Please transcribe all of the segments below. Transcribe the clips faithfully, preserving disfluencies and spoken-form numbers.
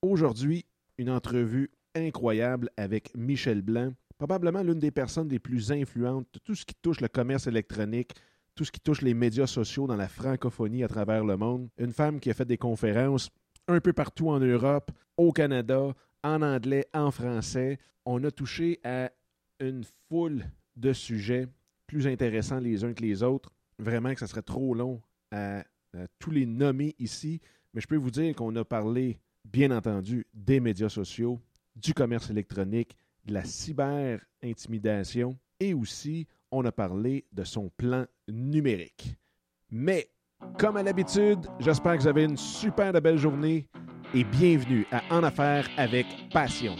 Aujourd'hui, une entrevue incroyable avec Michel Blanc, probablement l'une des personnes les plus influentes de tout ce qui touche le commerce électronique, tout ce qui touche les médias sociaux dans la francophonie à travers le monde. Une femme qui a fait des conférences un peu partout en Europe, au Canada, en anglais, en français. On a touché à une foule de sujets plus intéressants les uns que les autres. Vraiment que ça serait trop long à, à tous les nommer ici, mais je peux vous dire qu'on a parlé, bien entendu, des médias sociaux, du commerce électronique, de la cyber-intimidation et aussi, on a parlé de son plan numérique. Mais, comme à l'habitude, j'espère que vous avez une super belle journée et bienvenue à En Affaires avec Passion.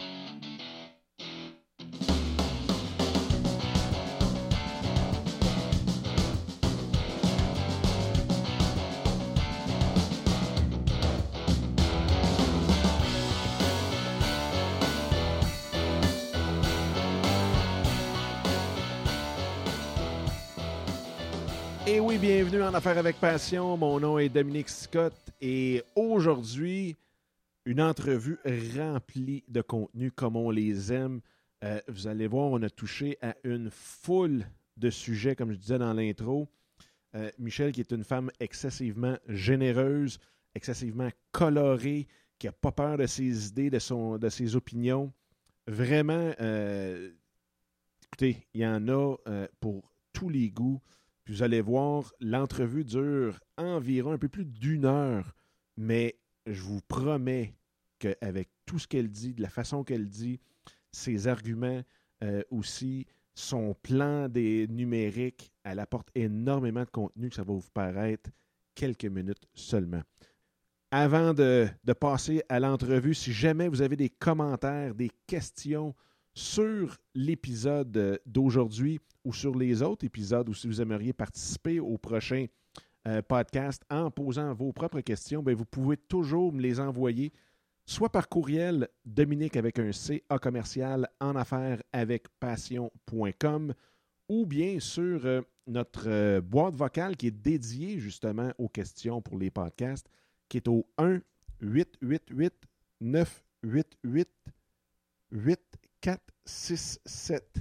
Et oui, bienvenue en Affaires avec Passion. Mon nom est Dominique Scott et aujourd'hui, une entrevue remplie de contenu comme on les aime. Euh, vous allez voir, on a touché à une foule de sujets, comme je disais dans l'intro. Euh, Michel, qui est une femme excessivement généreuse, excessivement colorée, qui n'a pas peur de ses idées, de, son, de ses opinions. Vraiment, euh, écoutez, il y en a euh, pour tous les goûts. Puis vous allez voir, l'entrevue dure environ un peu plus d'une heure, mais je vous promets qu'avec tout ce qu'elle dit, de la façon qu'elle dit, ses arguments euh, aussi, son plan des numériques, elle apporte énormément de contenu que ça va vous paraître quelques minutes seulement. Avant de, de passer à l'entrevue, si jamais vous avez des commentaires, des questions sur l'épisode d'aujourd'hui ou sur les autres épisodes ou si vous aimeriez participer au prochain euh, podcast en posant vos propres questions, bien, vous pouvez toujours me les envoyer soit par courriel Dominique avec un C, A commercial, en affaires avec passion point com ou bien sur euh, notre euh, boîte vocale qui est dédiée justement aux questions pour les podcasts qui est au un huit huit huit neuf huit huit huit quatre six sept.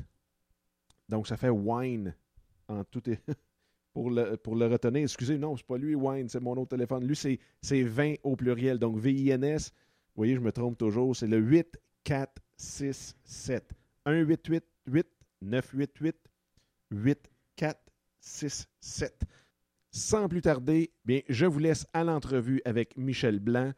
Donc, ça fait Wine en tout et pour le, pour le retenir. Excusez, non, c'est pas lui, Wine, c'est mon autre téléphone. Lui, c'est, c'est vingt au pluriel. Donc, V I N S, vous voyez, je me trompe toujours, c'est le huit quatre six sept. un huit huit huit neuf huit huit huit quatre six sept. Sans plus tarder, bien, je vous laisse à l'entrevue avec Michel Blanc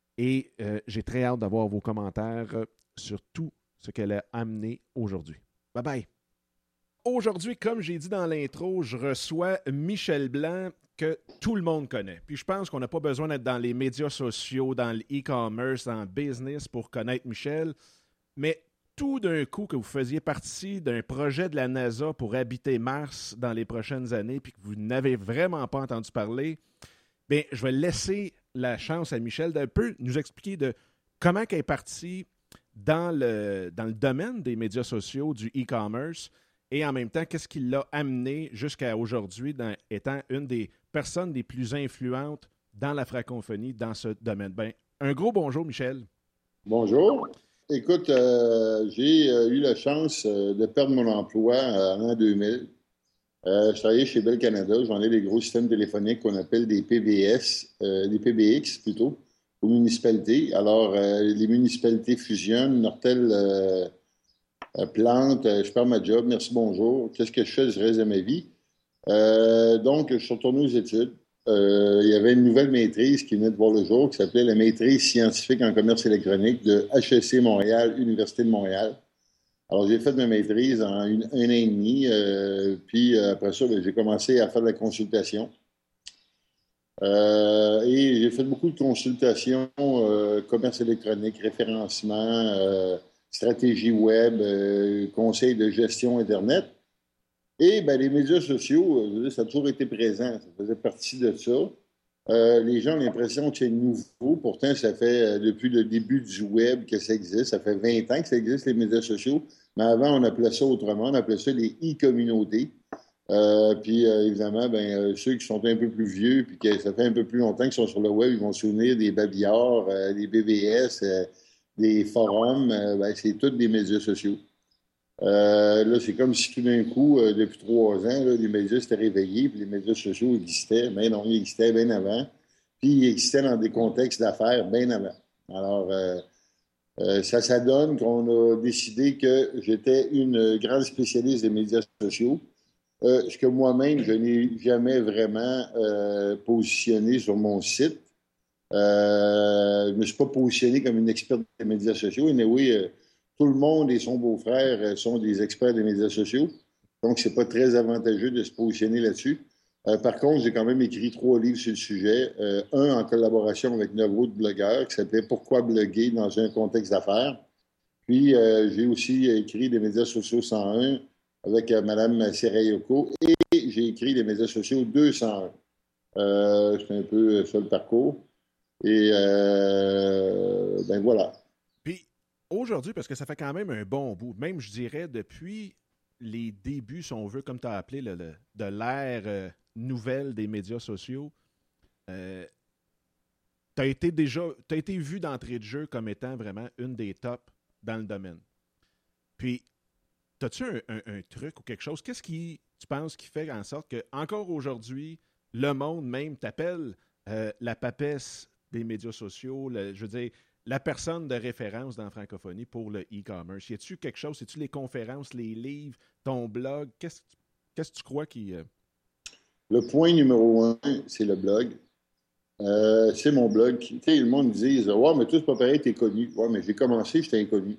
et euh, j'ai très hâte d'avoir vos commentaires sur tout ce qu'elle a amené aujourd'hui. Bye bye! Aujourd'hui, comme j'ai dit dans l'intro, je reçois Michel Blanc que tout le monde connaît. Puis je pense qu'on n'a pas besoin d'être dans les médias sociaux, dans l'e-commerce, dans le business pour connaître Michel. Mais tout d'un coup que vous faisiez partie d'un projet de la NASA pour habiter Mars dans les prochaines années puis que vous n'avez vraiment pas entendu parler, bien, je vais laisser la chance à Michel d'un peu nous expliquer de comment elle est partie dans le, dans le domaine des médias sociaux, du e-commerce, et en même temps, qu'est-ce qui l'a amené jusqu'à aujourd'hui dans, étant une des personnes les plus influentes dans la francophonie dans ce domaine. Ben, un gros bonjour, Michel. Bonjour. Écoute, euh, j'ai euh, eu la chance euh, de perdre mon emploi euh, en l'an deux mille. Euh, je travaillais chez Bell Canada. J'en ai des gros systèmes téléphoniques qu'on appelle des P B S, euh, des P B X plutôt, aux municipalités. Alors, euh, les municipalités fusionnent, Nortel euh, euh, plante, euh, je perds ma job, merci, bonjour. Qu'est-ce que je fais du reste de ma vie? Euh, donc, je suis retourné aux études. Euh, il y avait une nouvelle maîtrise qui venait de voir le jour, qui s'appelait la maîtrise scientifique en commerce électronique de H E C Montréal, Université de Montréal. Alors, j'ai fait ma maîtrise en une, un an et demi, euh, puis euh, après ça, bien, j'ai commencé à faire de la consultation. Euh, et j'ai fait beaucoup de consultations, euh, commerce électronique, référencement, euh, stratégie web, euh, conseil de gestion Internet. Et ben, les médias sociaux, je veux dire, ça a toujours été présent, ça faisait partie de ça. Euh, les gens ont l'impression que c'est nouveau, pourtant ça fait euh, depuis le début du web que ça existe, ça fait vingt ans que ça existe, les médias sociaux, mais avant on appelait ça autrement, on appelait ça les e-communautés. Euh, puis euh, évidemment, ben, euh, ceux qui sont un peu plus vieux, puis que ça fait un peu plus longtemps qu'ils sont sur le web, ils vont se souvenir des babillards, euh, des B B S, euh, des forums, euh, ben, c'est tous des médias sociaux. Euh, là, c'est comme si tout d'un coup, euh, depuis trois ans, là, les médias s'étaient réveillés, puis les médias sociaux existaient. Mais non, ils existaient bien avant. Puis ils existaient dans des contextes d'affaires bien avant. Alors, euh, euh, ça, ça donne qu'on a décidé que j'étais une grande spécialiste des médias sociaux. Euh, ce que moi-même, je n'ai jamais vraiment euh, positionné sur mon site. Euh, je ne me suis pas positionné comme une experte des médias sociaux. Mais oui, euh, tout le monde et son beau-frère euh, sont des experts des médias sociaux. Donc, c'est pas très avantageux de se positionner là-dessus. Euh, par contre, j'ai quand même écrit trois livres sur le sujet. Euh, un en collaboration avec neuf autres blogueurs qui s'appelait Pourquoi bloguer dans un contexte d'affaires. Puis, euh, j'ai aussi écrit des médias sociaux cent un avec euh, Mme Serayoko et j'ai écrit des médias sociaux deux cent un. Euh, c'est un peu ça le parcours. Et euh, ben voilà. Puis aujourd'hui, parce que ça fait quand même un bon bout, même je dirais depuis les débuts, si on veut, comme tu as appelé, le, le- de l'ère euh, nouvelle des médias sociaux, euh, tu as été déjà, t'as été vu d'entrée de jeu comme étant vraiment une des tops dans le domaine. Puis, as-tu un, un- un truc ou quelque chose? Qu'est-ce qui, tu penses, qui fait en sorte que encore aujourd'hui, le monde même t'appelle euh, la papesse des médias sociaux, le- je veux dire, la personne de référence dans la francophonie pour le e-commerce? Y a-tu quelque chose? C'est-tu les conférences, les livres, ton blog? Qu'est-ce qu'est-ce que tu crois qui... euh, Le point numéro un, c'est le blog. Euh, c'est mon blog. Tu sais, le monde dit, ouais, mais toi, c'est pas pareil, t'es connu. Ouais, mais j'ai commencé, j'étais inconnu.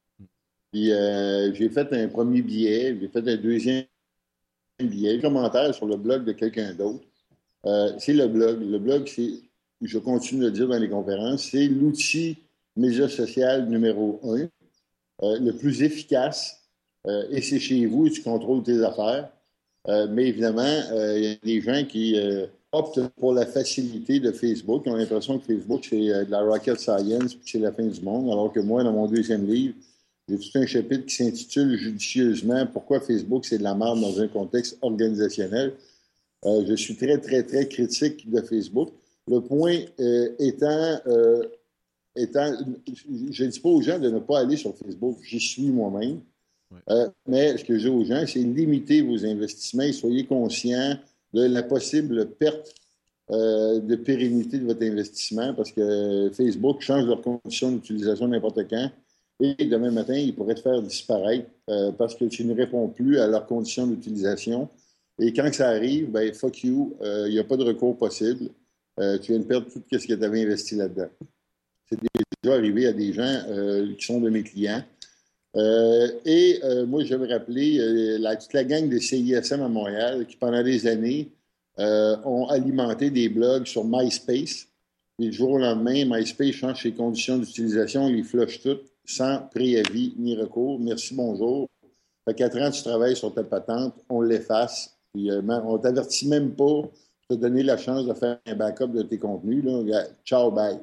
Puis euh, j'ai fait un premier billet, j'ai fait un deuxième billet, un commentaire sur le blog de quelqu'un d'autre. Euh, c'est le blog. Le blog, c'est, je continue de le dire dans les conférences, c'est l'outil média social numéro un, euh, le plus efficace. Euh, et c'est chez vous, tu contrôles tes affaires. Euh, mais évidemment, euh, il y a des gens qui euh, optent pour la facilité de Facebook. Ils ont l'impression que Facebook, c'est euh, de la rocket science puis que c'est la fin du monde. Alors que moi, dans mon deuxième livre, j'ai tout un chapitre qui s'intitule judicieusement Pourquoi Facebook, c'est de la merde dans un contexte organisationnel. Euh, je suis très, très, très critique de Facebook. Le point euh, étant, euh, étant, je ne dis pas aux gens de ne pas aller sur Facebook. J'y suis moi-même. ouais. Euh, mais ce que je dis aux gens, c'est limiter vos investissements et soyez conscients de la possible perte euh, de pérennité de votre investissement parce que Facebook change leurs conditions d'utilisation n'importe quand et demain matin, ils pourraient te faire disparaître euh, parce que tu ne réponds plus à leurs conditions d'utilisation. Et quand ça arrive, ben fuck you, il euh, n'y a pas de recours possible. Euh, tu viens de perdre tout ce que tu avais investi là-dedans. C'est déjà arrivé à des gens euh, qui sont de mes clients. Euh, et euh, moi, je vais rappeler euh, la, toute la gang de C I S M à Montréal qui, pendant des années, euh, ont alimenté des blogs sur MySpace. Et du jour au lendemain, MySpace change ses conditions d'utilisation, il les flush toutes sans préavis ni recours. Merci, bonjour. Ça fait quatre ans que tu travailles sur ta patente, on l'efface. Puis, euh, on ne t'avertit même pas de te donner la chance de faire un backup de tes contenus. Là. Ciao, bye.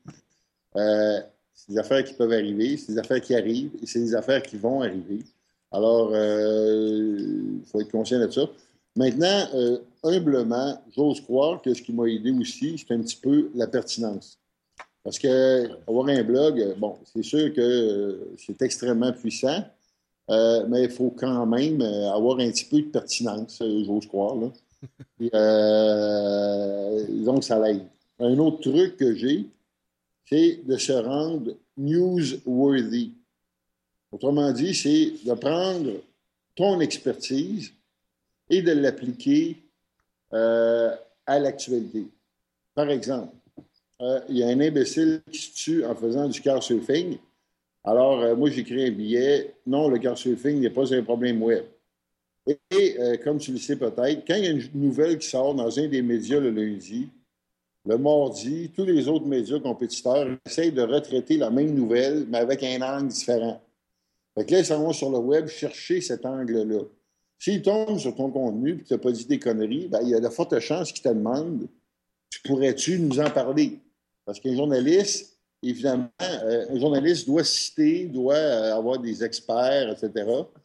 Euh, c'est des affaires qui peuvent arriver, c'est des affaires qui arrivent et c'est des affaires qui vont arriver. Alors, il euh, faut être conscient de ça. Maintenant, euh, humblement, j'ose croire que ce qui m'a aidé aussi, c'est un petit peu la pertinence. Parce que avoir un blog, bon, c'est sûr que euh, c'est extrêmement puissant, euh, mais il faut quand même euh, avoir un petit peu de pertinence, euh, j'ose croire. Là. Et, euh, donc, ça l'aide. Un autre truc que j'ai, c'est de se rendre newsworthy. Autrement dit, c'est de prendre ton expertise et de l'appliquer euh, à l'actualité. Par exemple, euh, il y a un imbécile qui se tue en faisant du car surfing. Alors, euh, moi, j'écris un billet. Non, le car surfing n'est pas un problème web. Et, et euh, comme tu le sais peut-être, quand il y a une nouvelle qui sort dans un des médias le lundi, le mardi, tous les autres médias compétiteurs essayent de retraiter la même nouvelle, mais avec un angle différent. Fait que là, ils s'en vont sur le web chercher cet angle-là. S'ils tombent sur ton contenu et que tu n'as pas dit des conneries, ben, il y a de fortes chances qu'ils te demandent tu pourrais-tu nous en parler? Parce qu'un journaliste, évidemment, euh, un journaliste doit citer, doit euh, avoir des experts, et cetera.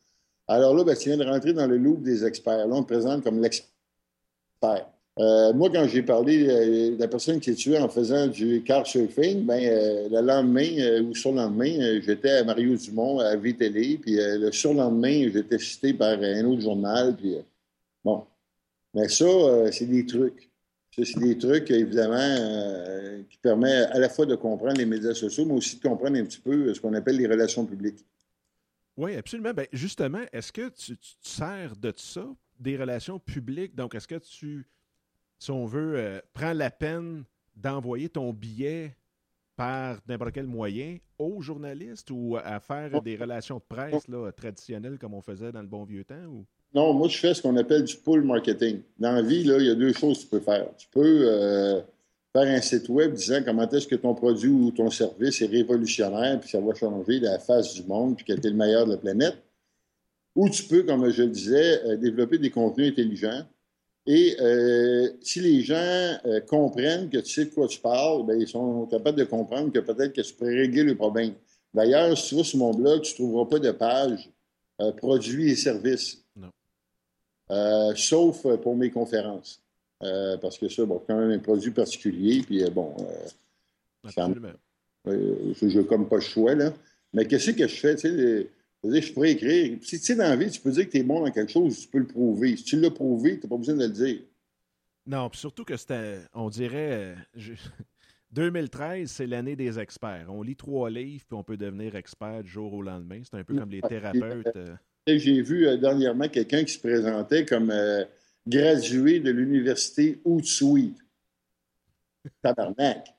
Alors là, ben, tu viens de rentrer dans le loop des experts. Là, on te présente comme l'expert. Euh, moi, quand j'ai parlé euh, de la personne qui est tuée en faisant du car surfing, ben, euh, le lendemain euh, ou sur le lendemain, euh, j'étais à Mario Dumont à V T L, puis euh, le surlendemain, j'étais cité par un autre journal. Puis, euh, bon, mais ça, euh, c'est des trucs. Ça, c'est des trucs, évidemment, euh, qui permettent à la fois de comprendre les médias sociaux, mais aussi de comprendre un petit peu ce qu'on appelle les relations publiques. Oui, absolument. Ben, justement, est-ce que tu, tu te sers de ça, des relations publiques? Donc, est-ce que tu, si on veut, euh, prends la peine d'envoyer ton billet par n'importe quel moyen aux journalistes ou à faire des relations de presse là, traditionnelles comme on faisait dans le bon vieux temps? Ou... Non, moi, je fais ce qu'on appelle du pull marketing. Dans la vie, là, il y a deux choses que tu peux faire. Tu peux euh, faire un site web disant comment est-ce que ton produit ou ton service est révolutionnaire, puis ça va changer la face du monde, puis que tu es le meilleur de la planète. Ou tu peux, comme je le disais, euh, développer des contenus intelligents. Et euh, si les gens euh, comprennent que tu sais de quoi tu parles, bien, ils sont capables de comprendre que peut-être que tu pourrais régler le problème. D'ailleurs, si tu vas sur mon blog, tu ne trouveras pas de page euh, produits et services. Non. Euh, sauf pour mes conférences. Euh, parce que ça, bon, quand même un produit particulier, puis euh, bon, euh, absolument. Euh, je n'ai comme pas le choix, là. Mais qu'est-ce que je fais? Tu sais, les, je, dire, je pourrais écrire. Si tu sais, dans la vie, tu peux dire que tu es bon dans quelque chose, tu peux le prouver. Si tu l'as prouvé, tu n'as pas besoin de le dire. Non, puis surtout que c'était, on dirait, je, deux mille treize, c'est l'année des experts. On lit trois livres, puis on peut devenir expert du jour au lendemain. C'est un peu comme les thérapeutes. Euh... J'ai vu euh, dernièrement quelqu'un qui se présentait comme euh, gradué de l'université Hootsuite. Tabarnak.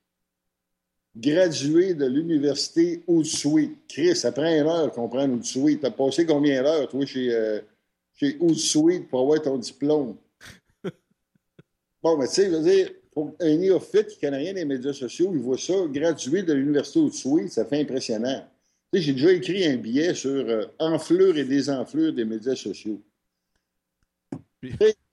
Gradué de l'université Hootsuite. Chris, ça prend une heure qu'on prenne Hootsuite. T'as passé combien d'heures, toi, chez, euh, chez Hootsuite pour avoir ton diplôme? Bon, mais tu sais, je veux dire, pour un néophyte qui ne connaît rien des médias sociaux, il voit ça, gradué de l'université Hootsuite, ça fait impressionnant. Tu sais, j'ai déjà écrit un billet sur euh, enflure et désenflure des médias sociaux. Tu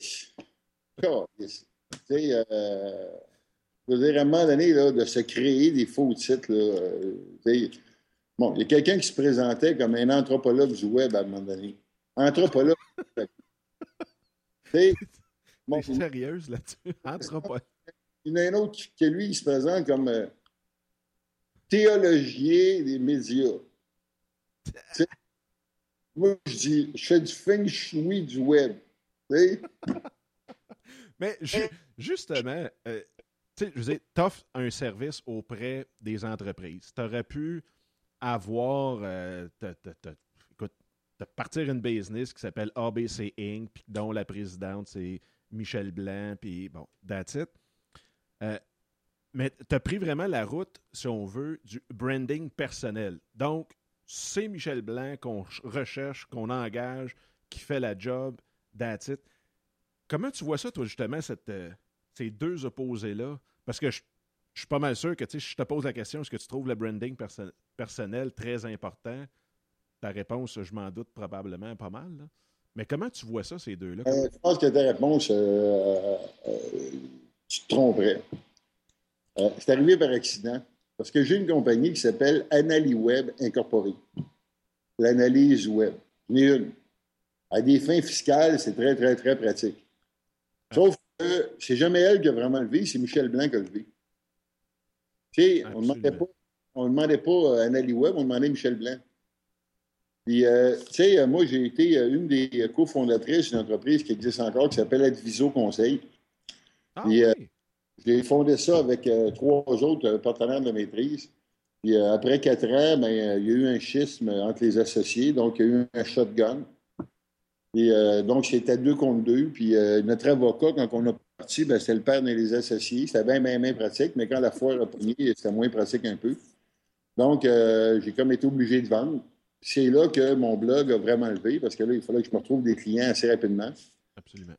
sais, euh, je veux dire, à un moment donné, là, de se créer des faux titres, là, euh, bon, il y a quelqu'un qui se présentait comme un anthropologue du web à un moment donné. Anthropologue. T'es bon, sérieuse là-dessus? Anthropologue. Il y en a un autre qui, qui, lui, il se présente comme euh, théologien des médias. T'sais, moi, je dis, je fais du feng shui du web. Mais ju- justement, euh, tu sais, je veux dire, t'offres un service auprès des entreprises. Tu aurais pu avoir, euh, te, te, te, écoute, te partir une business qui s'appelle A B C Inc, puis dont la présidente, c'est Michel Blanc, puis bon, that's it. Euh, mais tu as pris vraiment la route, si on veut, du branding personnel. Donc, c'est Michel Blanc qu'on recherche, qu'on engage, qui fait la job, that's it. Comment tu vois ça, toi, justement, cette, euh, ces deux opposés-là? Parce que je, je suis pas mal sûr que, tu sais, si je te pose la question, est-ce que tu trouves le branding perso- personnel très important? Ta réponse, je m'en doute probablement pas mal. Là. Mais comment tu vois ça, ces deux-là? Euh, je pense que ta réponse, euh, euh, tu te tromperais. Euh, c'est arrivé par accident. Parce que j'ai une compagnie qui s'appelle AnaliWeb Incorporée. L'analyse web. J'en ai une. À des fins fiscales, c'est très, très, très pratique. Sauf que c'est jamais elle qui a vraiment levé, c'est Michel Blanc qui a levé. Tu sais, on ne demandait pas, on demandait pas à AnaliWeb, on demandait Michel Blanc. Puis, euh, tu sais, moi, j'ai été une des cofondatrices d'une entreprise qui existe encore, qui s'appelle Adviso Conseil. Ah Puis, oui? euh, j'ai fondé ça avec euh, trois autres euh, partenaires de maîtrise. Puis, euh, après quatre ans, ben, euh, il y a eu un schisme entre les associés, donc il y a eu un shotgun. Et euh, donc, c'était deux contre deux. Puis euh, notre avocat, quand on a parti, ben, c'était le père de les associés. C'était bien, bien, bien pratique, mais quand la foire a pogné, c'était moins pratique un peu. Donc, euh, j'ai comme été obligé de vendre. C'est là que mon blog a vraiment levé, parce que là, il fallait que je me retrouve des clients assez rapidement. Absolument.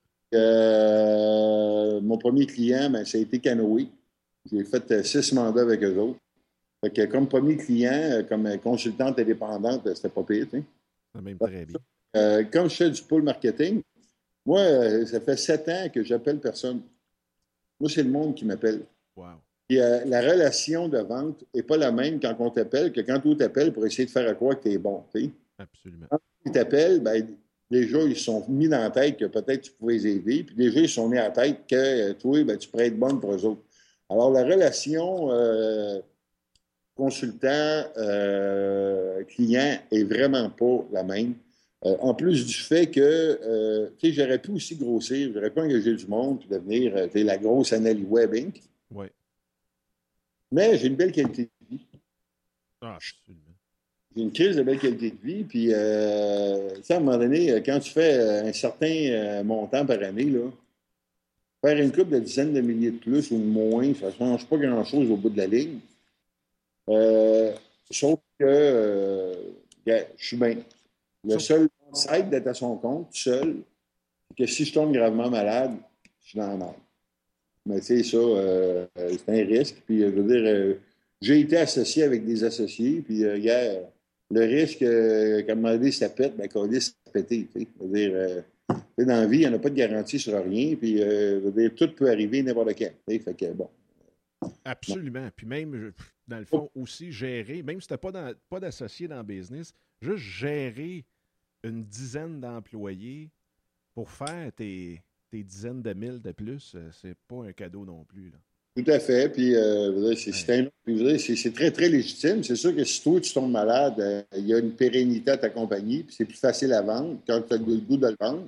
Euh, mon premier client, ben, ça a été Canoë. J'ai fait euh, six mandats avec eux autres. Fait que comme premier client, euh, comme consultante indépendante, c'était pas pire, tu sais. Ça même très bien. Euh, comme je fais du pôle marketing, moi, euh, ça fait sept ans que j'appelle personne. Moi, c'est le monde qui m'appelle. Wow. Et euh, la relation de vente n'est pas la même quand on t'appelle que quand on t'appelle pour essayer de faire à croire que tu es bon. T'sais. Absolument. ils t'appellent, ben, déjà, ils se sont mis dans la tête que peut-être tu pouvais les aider, puis déjà, ils se sont mis à la tête que euh, toi, ben, tu pourrais être bonne pour eux autres. Alors, la relation euh, consultant-client euh, est vraiment pas la même. Euh, en plus du fait que, euh, tu sais, j'aurais pu aussi grossir, j'aurais pu engager du monde puis devenir, euh, tu sais, la grosse Anneli Web inc. Oui. Mais j'ai une belle qualité de vie. Ah, absolument. J'ai une crise de belle qualité de vie. Puis, euh, tu sais, à un moment donné, quand tu fais un certain euh, montant par année, là, faire une couple de dizaines de milliers de plus ou de moins, ça ne change pas grand-chose au bout de la ligne. Euh, sauf que euh, yeah, je suis bien. Le Sauf... seul side d'être à son compte, tout seul, c'est que si je tombe gravement malade, je suis dans la merde. Mais tu sais, ça, euh, c'est un risque. Puis, euh, je veux dire, euh, j'ai été associé avec des associés, puis, euh, yeah, le risque, euh, comme on dit, ça pète, ben, qu'on dit, ça a pété. Tu sais. Je veux dire, euh, dans la vie, il n'y en a pas de garantie sur rien, puis, euh, je veux dire, tout peut arriver n'importe quand. Tu sais. Fait que, bon. Absolument. Puis même, dans le fond, aussi gérer, même si tu n'as pas, dans, pas d'associé dans le business, juste gérer une dizaine d'employés pour faire tes, tes dizaines de mille de plus, c'est pas un cadeau non plus. Là. Tout à fait. Puis, euh, c'est, c'est, un, puis c'est, c'est très, très légitime. C'est sûr que si toi, tu tombes malade, euh, il y a une pérennité à ta compagnie, puis c'est plus facile à vendre quand tu as le goût de le vendre.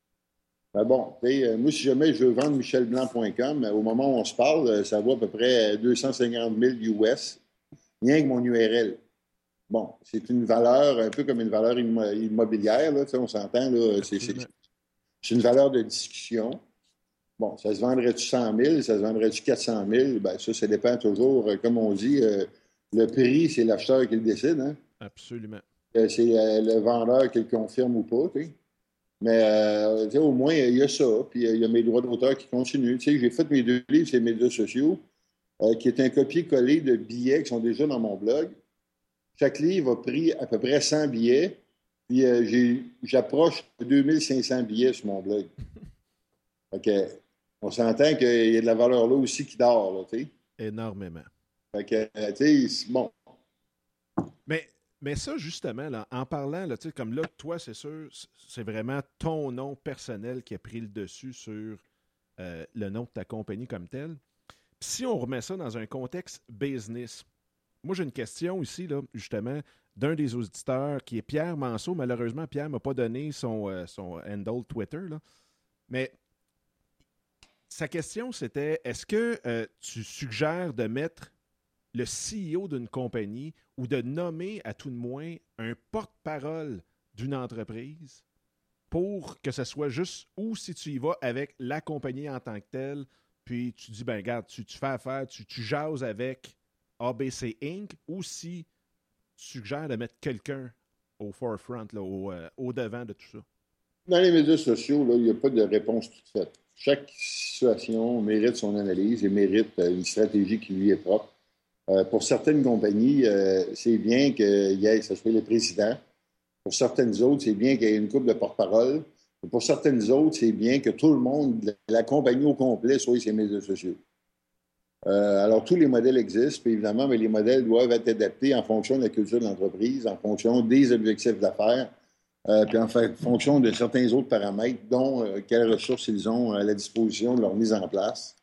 Ben bon, euh, moi, si jamais je veux vendre michel blanc point com, au moment où on se parle, ça vaut à peu près deux cent cinquante mille U S, rien que mon U R L. Bon, c'est une valeur, un peu comme une valeur immobilière, là, on s'entend, là, c'est, c'est, c'est une valeur de discussion. Bon, ça se vendrait-tu cent mille, ça se vendrait-tu quatre cent mille? Ben, ça, ça dépend toujours, comme on dit, euh, le prix, c'est l'acheteur qui le décide. Hein? Absolument. Euh, c'est euh, le vendeur qui le confirme ou pas. T'sais. Mais euh, au moins, il y a ça. Puis il y a mes droits d'auteur qui continuent. T'sais, j'ai fait mes deux livres sur les médias sociaux, euh, qui est un copier-coller de billets qui sont déjà dans mon blog. Chaque livre a pris à peu près cent billets. Puis euh, j'ai, j'approche de deux mille cinq cents billets sur mon blog. OK. On s'entend qu'il y a de la valeur là aussi qui dort, là, tu sais. Énormément. Fait que, tu sais, bon. Mais, mais ça, justement, là, en parlant, là, comme là, toi, c'est sûr, c'est vraiment ton nom personnel qui a pris le dessus sur euh, le nom de ta compagnie comme tel. Puis si on remet ça dans un contexte business, moi, j'ai une question ici, là, justement, d'un des auditeurs qui est Pierre Manceau. Malheureusement, Pierre ne m'a pas donné son, euh, son handle Twitter, là. Mais sa question, c'était, est-ce que euh, tu suggères de mettre le C E O d'une compagnie ou de nommer à tout de moins un porte-parole d'une entreprise pour que ce soit juste, ou si tu y vas avec la compagnie en tant que telle, puis tu dis, ben regarde, tu, tu fais affaire, tu, tu jases avec A B C Incorporated, ou si tu suggères de mettre quelqu'un au forefront, là, au, euh, au devant de tout ça? Dans les médias sociaux, là, il n'y a pas de réponse toute faite. Chaque situation mérite son analyse et mérite une stratégie qui lui est propre. Euh, pour certaines compagnies, euh, c'est bien qu'il y ait, que ce soit le président. Pour certaines autres, c'est bien qu'il y ait une couple de porte-parole. Pour certaines autres, c'est bien que tout le monde, la compagnie au complet, soit sur les médias sociaux. Euh, alors, tous les modèles existent, puis évidemment, mais les modèles doivent être adaptés en fonction de la culture de l'entreprise, en fonction des objectifs d'affaires, euh, puis en fait, fonction de certains autres paramètres, dont euh, quelles ressources ils ont à la disposition de leur mise en place.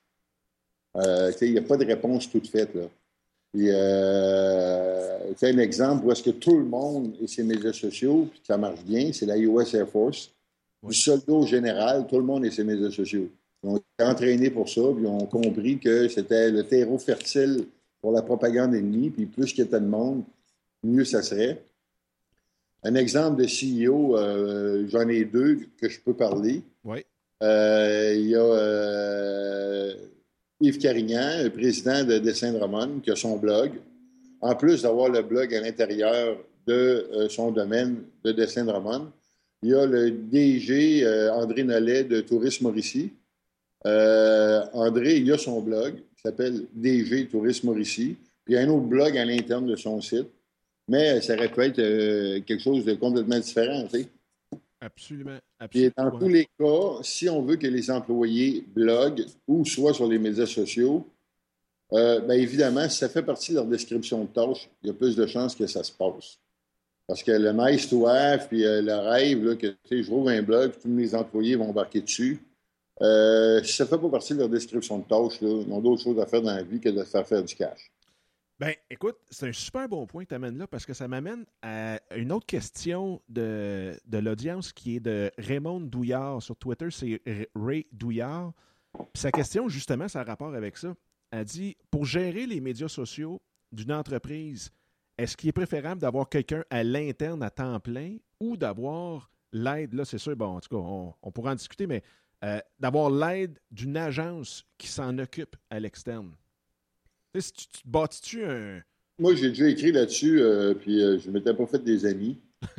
Euh, il n'y a pas de réponse toute faite, là. Puis, euh, un exemple où est-ce que tout le monde et ses médias sociaux, puis ça marche bien, c'est la U S Air Force. Oui. Du soldat au général, tout le monde et ses médias sociaux. Ils ont été entraînés pour ça, puis ils ont compris que c'était le terreau fertile pour la propagande ennemie, puis plus qu'il y a de monde, mieux ça serait. Un exemple de C E O, euh, j'en ai deux que je peux parler. Oui. Euh, il y a euh, Yves Carignan, le président de Dessin Drummond, qui a son blog. En plus d'avoir le blog à l'intérieur de euh, son domaine de Dessin Drummond, il y a le D G euh, André Nollet de Tourisme Mauricie. Euh, André, il a son blog qui s'appelle D G Tourisme Mauricie. Puis il y a un autre blog à l'interne de son site. Mais ça aurait pu être euh, quelque chose de complètement différent, tu sais. Absolument. Absolument. Et dans tous les cas, si on veut que les employés bloguent ou soient sur les médias sociaux, euh, bien évidemment, si ça fait partie de leur description de tâche, il y a plus de chances que ça se passe. Parce que le nice to have, puis euh, le rêve, là, que tu sais, je rouvre un blog, puis tous mes employés vont embarquer dessus. Euh, si ça ne fait pas partie de leur description de tâche, là, ils ont d'autres choses à faire dans la vie que de faire faire du cash. Ben, écoute, c'est un super bon point que tu amènes là parce que ça m'amène à une autre question de, de l'audience qui est de Raymond Douillard sur Twitter. C'est Ray Douillard. Puis sa question, justement, ça a rapport avec ça. Elle dit, pour gérer les médias sociaux d'une entreprise, est-ce qu'il est préférable d'avoir quelqu'un à l'interne à temps plein ou d'avoir l'aide, là, c'est sûr, bon, en tout cas, on, on pourra en discuter, mais euh, d'avoir l'aide d'une agence qui s'en occupe à l'externe? Tu sais, si tu, tu bâtis-tu un... Moi, j'ai déjà écrit là-dessus, euh, puis euh, je ne m'étais pas fait des amis.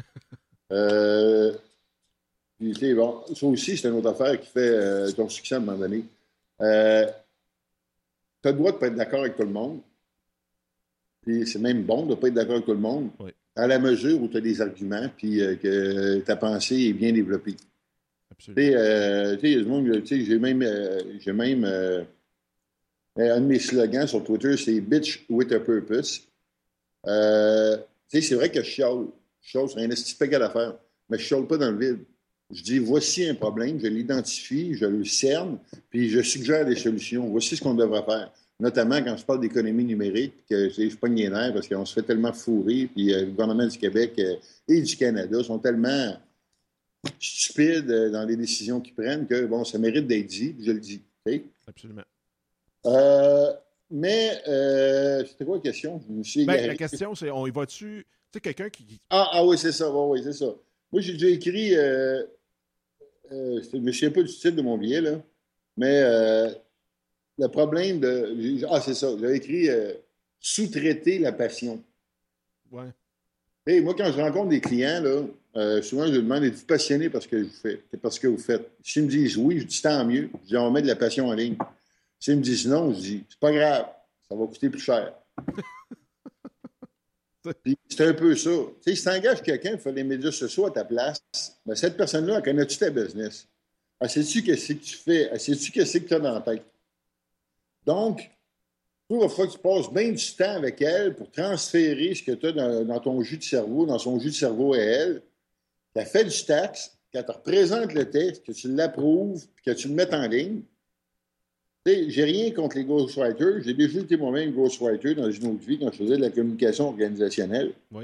euh, puis, tu sais, bon, ça aussi, c'est une autre affaire qui fait euh, ton succès à un moment donné. Euh, tu as le droit de ne pas être d'accord avec tout le monde. Puis c'est même bon de ne pas être d'accord avec tout le monde, oui. à la mesure où tu as des arguments, puis euh, que ta pensée est bien développée. Absolument. Tu sais, euh, tu sais, j'ai même, euh, j'ai même euh, un de mes slogans sur Twitter, c'est Bitch with a purpose. Euh, tu sais, c'est vrai que je chiale. Je chiale sur un esti paquet d'affaires, mais je chiale pas dans le vide. Je dis, voici un problème, je l'identifie, je le cerne, puis je suggère des solutions. Voici ce qu'on devrait faire. Notamment quand je parle d'économie numérique, que je suis pas les nerfs parce qu'on se fait tellement fourrer, puis euh, le gouvernement du Québec euh, et du Canada sont tellement stupides euh, dans les décisions qu'ils prennent que, bon, ça mérite d'être dit, puis je le dis. Okay? Absolument. Euh, mais, euh, c'était quoi la question? Je me suis Ben, égaré. la question, c'est, on y va-tu... Tu sais, quelqu'un qui... Ah, ah oui, c'est ça, oui, oui, c'est ça. Moi, j'ai déjà écrit, euh, euh, je ne me souviens pas du titre de mon billet, là, mais euh, le problème de... Ah, c'est ça, j'ai écrit euh, sous-traiter la passion. Ouais. Hey, moi, quand je rencontre des clients, là, euh, souvent, je leur demande, êtes-vous passionné par ce que je fais, par ce que vous faites? S'ils me disent oui, je dis tant mieux. Je dis, on met de la passion en ligne. S'ils me disent non, je dis, c'est pas grave, ça va coûter plus cher. Puis c'est un peu ça. Tu sais, si tu engages quelqu'un pour faire des médias sociaux à ta place, ben, cette personne-là, elle connaît-tu ta business? Elle sait-tu qu'est-ce que tu fais? Elle sait-tu qu'est-ce que tu as dans la tête? Donc, il va falloir que tu passes bien du temps avec elle pour transférer ce que tu as dans, dans ton jus de cerveau, dans son jus de cerveau à elle. Tu as fait du taxe, quand tu représentes le texte, que tu l'approuves, puis que tu le mettes en ligne. Tu sais, j'ai rien contre les ghostwriters. J'ai déjà été moi-même ghostwriter dans une autre vie quand je faisais de la communication organisationnelle. Oui.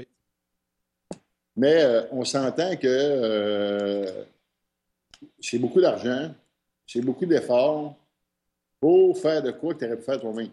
Mais euh, on s'entend que euh, c'est beaucoup d'argent, c'est beaucoup d'efforts pour faire de quoi que tu aurais pu faire toi-même.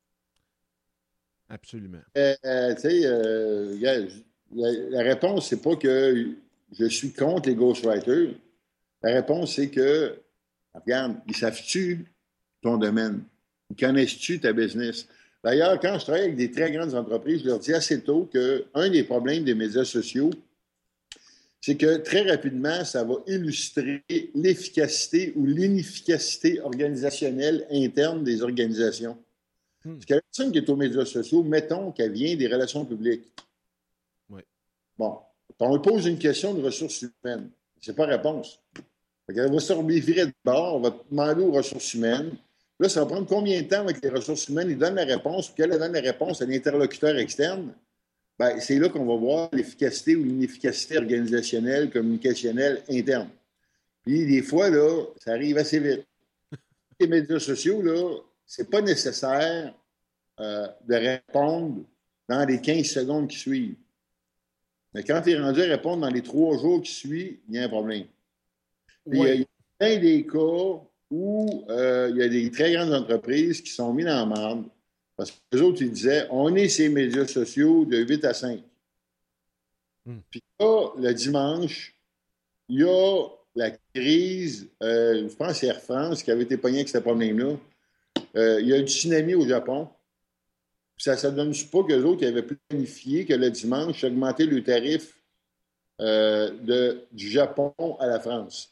Absolument. Euh, euh, tu sais, euh, la, la réponse, c'est pas que je suis contre les ghostwriters. La réponse, c'est que, regarde, ils savent-tu ton domaine? Ils connaissent-tu ta business? D'ailleurs, quand je travaille avec des très grandes entreprises, je leur dis assez tôt qu'un des problèmes des médias sociaux, c'est que très rapidement, ça va illustrer l'efficacité ou l'inefficacité organisationnelle interne des organisations. Hmm. Parce que la personne qui est aux médias sociaux, mettons qu'elle vient des relations publiques. Oui. Bon, on lui pose une question de ressources humaines. C'est pas réponse. Elle va se revirer de bord, on va demander aux ressources humaines. Là, ça va prendre combien de temps avec les ressources humaines? Ils donnent la réponse, puis qu'elle donne la réponse à l'interlocuteur externe. Ben, c'est là qu'on va voir l'efficacité ou l'inefficacité organisationnelle, communicationnelle interne. Puis, des fois, là, ça arrive assez vite. Les médias sociaux, là, c'est pas nécessaire euh, de répondre dans les quinze secondes qui suivent. Mais quand tu es rendu à répondre dans les trois jours qui suivent, il y a un problème. Puis, ouais. Il y a plein des cas où euh, il y a des très grandes entreprises qui sont mises en marde. Parce que les autres, ils disaient, on est ces médias sociaux de huit à cinq. Hmm. Puis là, le dimanche, il y a la crise, euh, je pense que c'est Air France qui avait été pogné avec ce problème-là. Euh, il y a eu du tsunami au Japon. Puis ça ne donne pas que les autres avaient planifié que le dimanche, augmenter le tarif euh, de, du Japon à la France.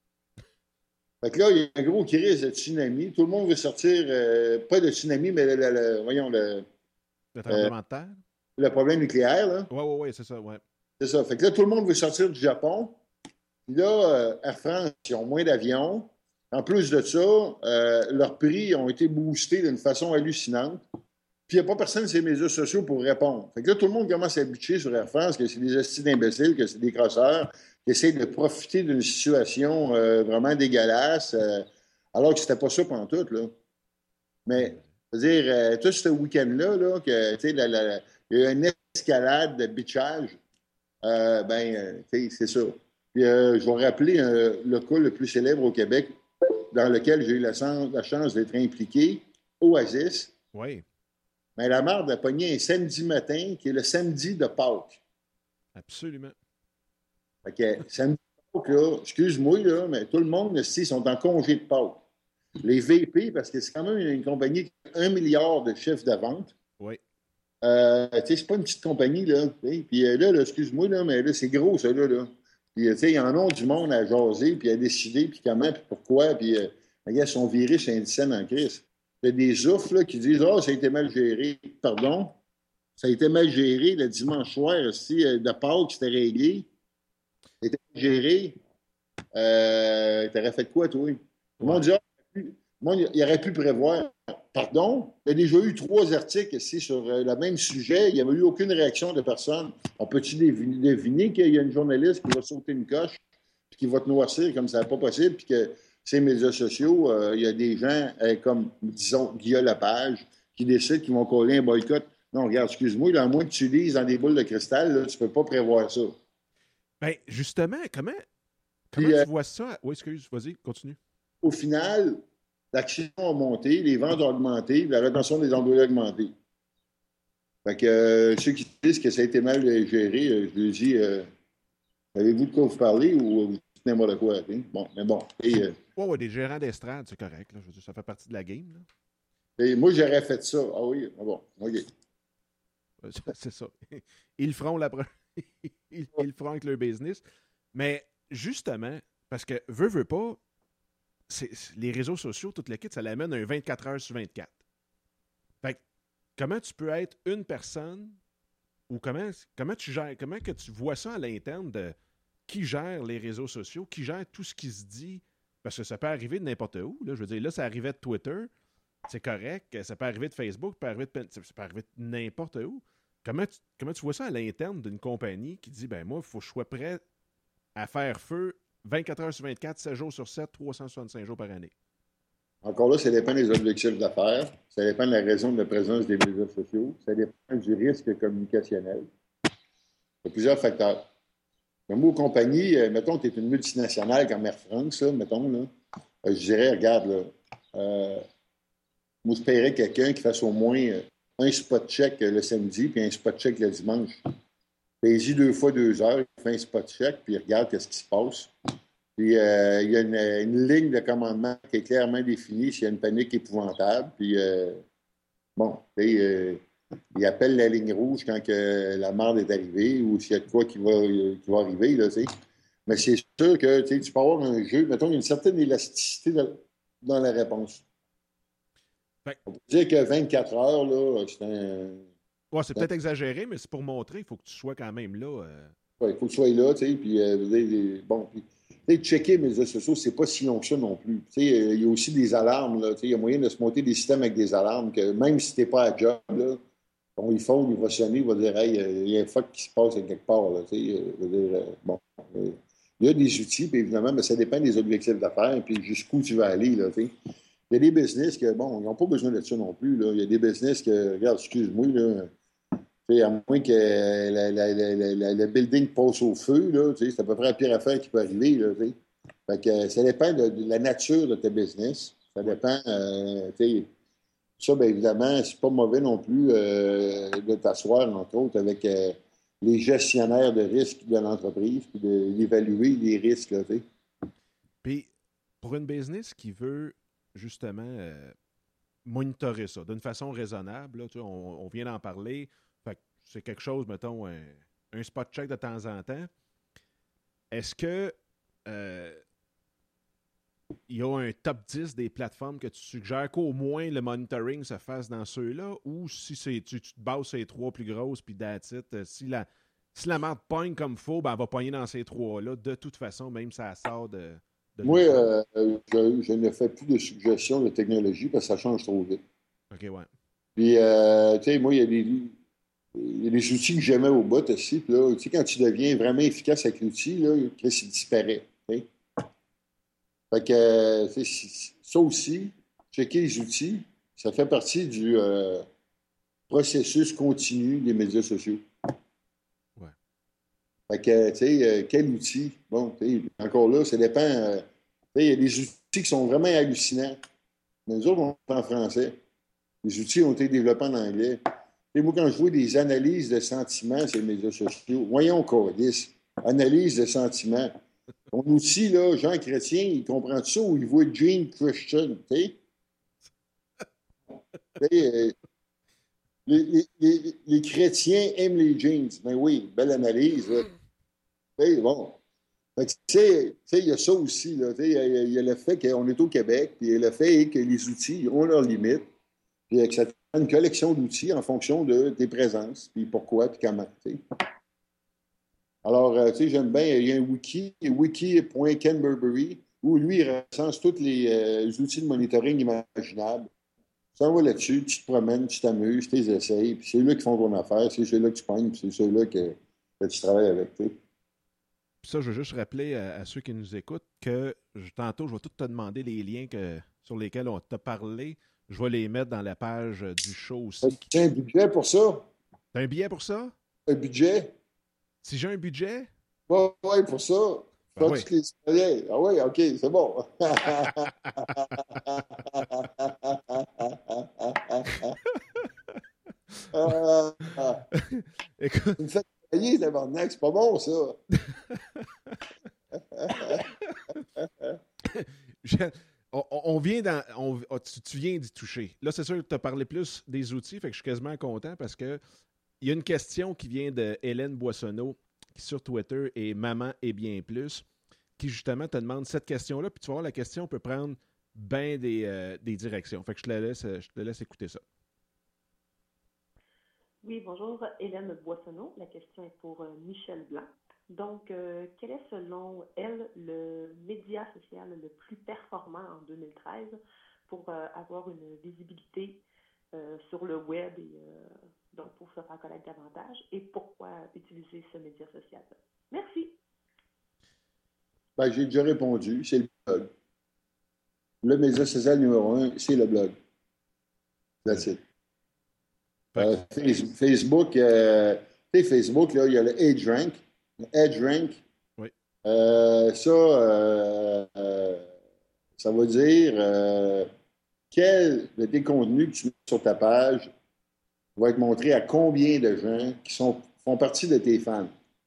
Fait que là, il y a un gros crise de tsunami. Tout le monde veut sortir, euh, pas de tsunami, mais le, le, le voyons, le... Le tremblement euh, de terre? Le problème nucléaire, là. Oui, oui, oui, c'est ça, ouais. C'est ça. Fait que là, tout le monde veut sortir du Japon. Puis là, euh, Air France, ils ont moins d'avions. En plus de ça, euh, leurs prix ont été boostés d'une façon hallucinante. Puis Puis il n'y a pas personne sur les médias sociaux pour répondre. Fait que là, tout le monde commence à butcher sur Air France que c'est des hosties d'imbéciles, que c'est des crosseurs, qui essayent de profiter d'une situation euh, vraiment dégueulasse, euh, alors que c'était pas ça pendant tout, là. Mais, je veux dire, euh, tout ce week-end-là, là, que, tu sais, la, la, il y a eu une escalade de bitchage, euh, ben, euh, tu sais, c'est ça. Puis, euh, je vais rappeler euh, le cas le plus célèbre au Québec, dans lequel j'ai eu la, la chance d'être impliqué, Oasis. Oui. Mais la marde a pogné un samedi matin, qui est le samedi de Pâques. Absolument. Fait que samedi de Pâques, là, excuse-moi, là, mais tout le monde ici sont en congé de Pâques. Les V P, parce que c'est quand même une compagnie qui a un milliard de chiffres de vente. Oui. Euh, tu sais, c'est pas une petite compagnie, là. T'sais. Puis euh, là, là excuse-moi, là, mais là, c'est gros, ça, là. là. Puis, tu sais, il y en a du monde à jaser, puis à décider, puis comment, puis pourquoi. Puis, euh, les gars, ils sont virés chez Indicène en crise. Il y a des oufs là, qui disent « Ah, oh, ça a été mal géré. » Pardon? Ça a été mal géré le dimanche soir aussi, de Pâques, c'était réglé. Ça a été mal géré. Euh, T'aurais fait quoi, toi? Ouais. Le monde dit « Ah, il aurait pu prévoir. » Pardon? Il y a déjà eu trois articles ici sur le même sujet. Il n'y avait eu aucune réaction de personne. On peut-tu deviner, deviner qu'il y a une journaliste qui va sauter une coche puis qui va te noircir comme ça n'est pas possible, puis que ces médias sociaux, euh, il y a des gens euh, comme, disons, Guillaume Lepage, qui décident qu'ils vont coller un boycott. Non, regarde, excuse-moi, là, à moins que tu lises dans des boules de cristal, là, tu ne peux pas prévoir ça. Bien, justement, comment, comment Puis, tu euh, vois ça? Oui, excuse, vas-y, continue. Au final, l'action a monté, les ventes ont augmenté, la rétention des employés a augmenté. Fait que euh, ceux qui disent que ça a été mal géré, euh, je leur dis, euh, avez-vous de quoi vous parler ou vous dites n'importe quoi? Hein? Bon, mais bon. Et, euh, Ouais, ouais, des gérants d'estrade, c'est correct. Là. Je veux dire, ça fait partie de la game. Là. et moi, j'aurais fait ça. Ah oui, ah bon, OK. C'est ça. Ils le feront la pre... ils, ils le feront avec leur business. Mais justement, parce que veut, veut pas, c'est, c'est- les réseaux sociaux, toute la kit, ça l'amène à un vingt-quatre heures sur vingt-quatre. Fait que, comment tu peux être une personne ou comment, comment tu gères, comment que tu vois ça à l'interne de qui gère les réseaux sociaux, qui gère tout ce qui se dit, parce que ça peut arriver de n'importe où. Là. Je veux dire, là, ça arrivait de Twitter, c'est correct. Ça peut arriver de Facebook, ça peut arriver de, ça peut arriver de n'importe où. Comment tu, comment tu vois ça à l'interne d'une compagnie qui dit, ben moi, il faut que je sois prêt à faire feu vingt-quatre heures sur vingt-quatre, sept jours sur sept, trois cent soixante-cinq jours par année? Encore là, ça dépend des objectifs d'affaires, ça dépend de la raison de la présence des médias sociaux, ça dépend du risque communicationnel. Il y a plusieurs facteurs. Mais moi, aux compagnies, euh, mettons que tu es une multinationale comme Air France, là, mettons, là, euh, je dirais, regarde, là, euh, moi, je paierais quelqu'un qui fasse au moins euh, un spot check euh, le samedi puis un spot check le dimanche. Paye-y deux fois deux heures, il fait un spot check, puis il regarde qu'est-ce qui se passe. Puis euh, il y a une, une ligne de commandement qui est clairement définie s'il y a une panique épouvantable. Puis, euh, bon, euh, il appelle la ligne rouge quand que la marde est arrivée ou s'il y a de quoi qui va, qui va arriver, là, tu sais. Mais c'est sûr que tu peux avoir un jeu, mettons, il y a une certaine élasticité dans, dans la réponse. Fait, On peut dire que vingt-quatre heures, là, c'est un. ouais, c'est peut-être exagéré, mais c'est pour montrer, il faut que tu sois quand même là. Euh... Ouais, il faut que tu sois là, tu sais, puis, euh, bon, puis, tu sais, checker les médias sociaux, c'est pas si long que ça non plus. Tu sais, il y a aussi des alarmes, là, tu sais, il y a moyen de se monter des systèmes avec des alarmes que même si t'es pas à job, là, quand il faut, il va sonner, il va dire, hey, il y a un fuck qui se passe quelque part, là, tu sais, je veux dire, euh, bon, euh, il y a des outils, puis évidemment, mais ça dépend des objectifs d'affaires, puis jusqu'où tu vas aller, là, tu sais. Il y a des business que, bon, ils n'ont pas besoin de ça non plus, là. Il y a des business que, regarde, excuse-moi, là, tu sais, à moins que la- la- la- la- la- le building passe au feu, là, tu sais, c'est à peu près la pire affaire qui peut arriver, là, tu sais. Fait que euh, ça dépend de, de la nature de ta business. Ça dépend, euh, tu sais, ça, bien évidemment, c'est pas mauvais non plus euh, de t'asseoir, entre autres, avec euh, les gestionnaires de risques de l'entreprise, puis de- d'évaluer les risques, là, tu sais. Puis, pour une business qui veut justement euh, monitorer ça d'une façon raisonnable, là, tu sais, on, on vient d'en parler, fait que c'est quelque chose, mettons, un, un spot check de temps en temps. Est-ce que euh, il y a un top dix des plateformes que tu suggères qu'au moins le monitoring se fasse dans ceux-là, ou si c'est, tu, tu te bases sur les trois plus grosses, puis that's it, euh, si la, si la marde pogne comme faut, ben elle va pogner dans ces trois-là, de toute façon, même si ça sort de, de Moi, nulle part. euh, je, je ne fais plus de suggestions de technologie parce que ça change trop vite. OK, ouais. Puis, euh, tu sais, moi, il y a des, il y a des outils que j'aimais au bout aussi. Puis là, tu sais, quand tu deviens vraiment efficace avec l'outil, là, Chris, il disparaît. Tu sais. Fait que, euh, tu sais, ça aussi, checker les outils, ça fait partie du euh, processus continu des médias sociaux. Ouais. Fait que, tu sais, euh, quel outil? Bon, tu sais, encore là, ça dépend. euh, tu sais, il y a des outils qui sont vraiment hallucinants. Mais nous autres, on est en français. Les outils ont été développés en anglais. Et moi, quand je vois des analyses de sentiments sur les médias sociaux, voyons, Cordis, analyse de sentiments. Ton outil, là, Jean Chrétien, il comprend ça ou il voit Gene Christian, tu sais? Tu sais, euh, les, les- les- les chrétiens aiment les jeans. Ben oui, belle analyse, là. Tu sais, bon. Fait que, tu sais, tu sais, il y a ça aussi, là. Tu sais, il y a, il y a le fait qu'on est au Québec, puis le fait que les outils ont leurs limites, puis que ça te fait une collection d'outils en fonction de tes présences, puis pourquoi, puis comment, tu sais. Alors, euh, tu sais, j'aime bien, il y a un wiki, wiki point Canberbury, où lui, il recense tous les, euh, les outils de monitoring imaginables. Tu t'en vas là-dessus, tu te promènes, tu t'amuses, tu les essayes, puis c'est eux qui font ton affaire, c'est ceux-là que tu pognes, puis c'est ceux-là que, que tu travailles avec, tu sais. Puis ça, je veux juste rappeler à, à ceux qui nous écoutent que je- tantôt, je vais tout te demander les liens que, sur lesquels on t'a parlé. Je vais les mettre dans la page euh, du show aussi. As-tu un budget pour ça? T'as un billet pour ça? Un budget? Si j'ai un budget? Oui, ouais, pour ça. Ben Faire oui. toutes les historiens. Ah oui, OK, c'est bon. Ah, ah. Écoute, Tu me fais travailler, tabarnak, c'est pas bon, ça. je- on, on vient dans. On- oh, tu, tu viens d'y toucher. Là, c'est sûr que tu as parlé plus des outils, fait que je suis quasiment content parce que il y a une question qui vient de Hélène Boissonneau, qui sur Twitter est Maman et bien plus, qui justement te demande cette question-là, puis tu vas voir, la question peut prendre bien des, euh, des directions. Fait que je te la laisse, je te laisse écouter ça. Oui, bonjour, Hélène Boissonneau. La question est pour euh, Michel Blanc. Donc, euh, quel est selon elle le média social le plus performant en deux mille treize pour euh, avoir une visibilité euh, sur le web et euh, donc pour se faire connaître davantage et pourquoi utiliser ce média social-là? Merci. Ben, j'ai déjà répondu, c'est le blog. Le média social numéro un, c'est le blog. That's it. Fait Euh, que, Face- Facebook, euh, tu sais, Facebook, là, il y a le EdgeRank. Le EdgeRank, oui. euh, ça, euh, euh, ça veut dire euh, quel de tes contenus que tu mets sur ta page va être montré à combien de gens qui sont, font partie de tes fans.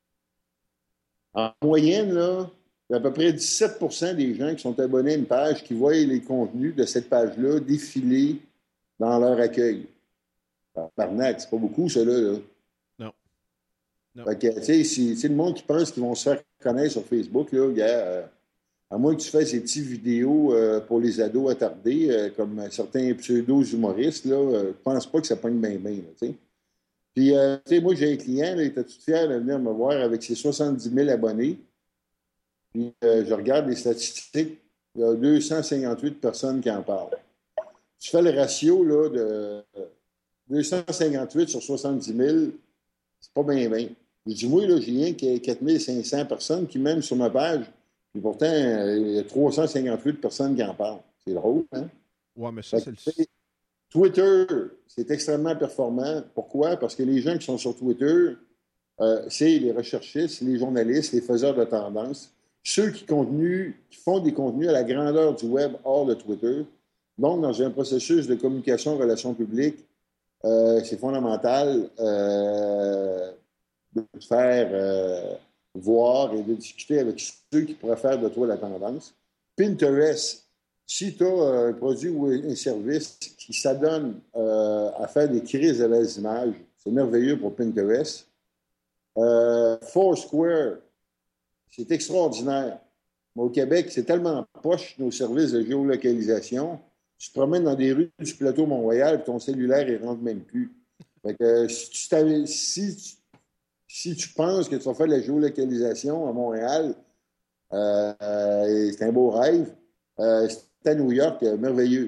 En moyenne, là, il y a à peu près dix-sept pour cent des gens qui sont abonnés à une page qui voient les contenus de cette page-là défiler dans leur accueil. Barnac, c'est pas beaucoup, ceux-là. Là. Non. Non. Fait que, tu sais, si, si le monde qui pense qu'ils vont se faire connaître sur Facebook, là, gars, euh, à moins que tu fasses ces petites vidéos euh, pour les ados attardés, euh, comme certains pseudo-humoristes, là, euh, je pense pas que ça pogne bien, bien, là, tu sais. Puis, euh, tu sais, moi, j'ai un client, là, il était tout fier de venir me voir avec ses soixante-dix mille abonnés. Puis, euh, je regarde les statistiques, il y a deux cent cinquante-huit personnes qui en parlent. Tu fais le ratio, là, de deux cent cinquante-huit sur soixante-dix mille, c'est pas bien, bien. Je dis, oui, là, j'ai rien qu'il y ait quatre mille cinq cents personnes qui m'aiment sur ma page. Puis pourtant, euh, il y a trois cent cinquante-huit personnes qui en parlent. C'est drôle, hein? Ouais, mais ça, Fait c'est le. que, Twitter, c'est extrêmement performant. Pourquoi? Parce que les gens qui sont sur Twitter, euh, c'est les recherchistes, les journalistes, les faiseurs de tendance, ceux qui, contenus, qui font des contenus à la grandeur du web hors de Twitter. Donc, dans un processus de communication, relations publiques, euh, c'est fondamental euh, de te faire euh, voir et de discuter avec ceux qui pourraient faire de toi la tendance. Pinterest, si tu as un produit ou un service qui s'adonne euh, à faire des crises de belles images, c'est merveilleux pour Pinterest. Euh, Foursquare, c'est extraordinaire. Mais au Québec, c'est tellement poche nos services de géolocalisation. Tu te promènes dans des rues du plateau Mont-Royal et ton cellulaire, il ne rentre même plus. Fait que, si, tu si, tu, si tu penses que tu vas faire de la géolocalisation à Montréal, euh, euh, c'est un beau rêve. Euh, c'est à New York, euh, merveilleux.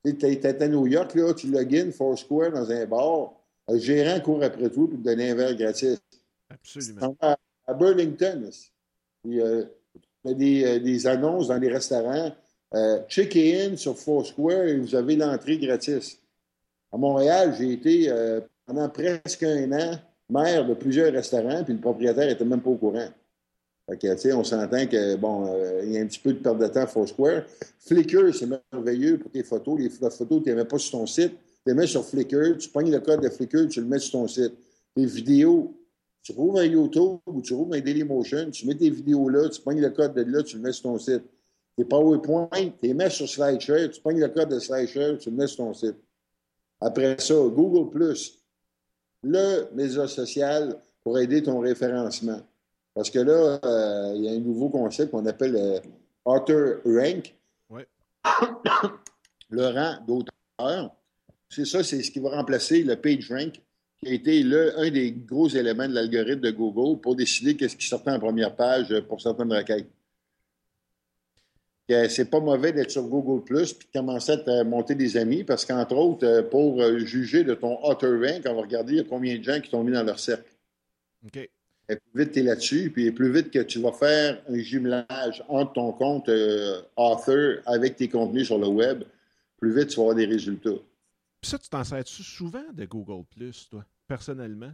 Tu étais à New York, là, tu login Foursquare dans un bar, le gérant court après toi pour te donner un verre gratis. Absolument. À, à Burlington, il y a des, euh, des annonces dans les restaurants. Euh, checkez-in sur Foursquare et vous avez l'entrée gratis. À Montréal, j'ai été euh, pendant presque un an maire de plusieurs restaurants, puis le propriétaire n'était même pas au courant. Fait que, tu sais, on s'entend que, bon, euh, il y a un petit peu de perte de temps à Foursquare. Flickr, c'est merveilleux pour tes photos. Les photos, tu les mets pas sur ton site. Tu les mets sur Flickr. Tu pognes le code de Flickr, tu le mets sur ton site. Tes vidéos, tu trouves un YouTube ou tu trouves un Dailymotion, tu mets tes vidéos là, tu pognes le code de là, tu le mets sur ton site. Tes PowerPoint, tu les mets sur SlideShare, tu pognes le code de SlideShare, tu le mets sur ton site. Après ça, Google plus, le média social pour aider ton référencement. Parce que là, euh, il y a un nouveau concept qu'on appelle euh, Author Rank. Ouais. Le rang d'auteur. C'est ça, c'est ce qui va remplacer le PageRank, qui a été le, un des gros éléments de l'algorithme de Google pour décider qu'est-ce qui sortait en première page pour certaines requêtes. Et, euh, c'est pas mauvais d'être sur Google plus puis de commencer à te monter des amis parce qu'entre autres, pour juger de ton Author Rank, on va regarder il y a combien de gens qui t'ont mis dans leur cercle. OK. Et plus vite tu es là-dessus, puis plus vite que tu vas faire un jumelage entre ton compte euh, Author avec tes contenus sur le web, plus vite tu vas avoir des résultats. Puis ça, tu t'en sers-tu souvent de Google plus, toi, personnellement?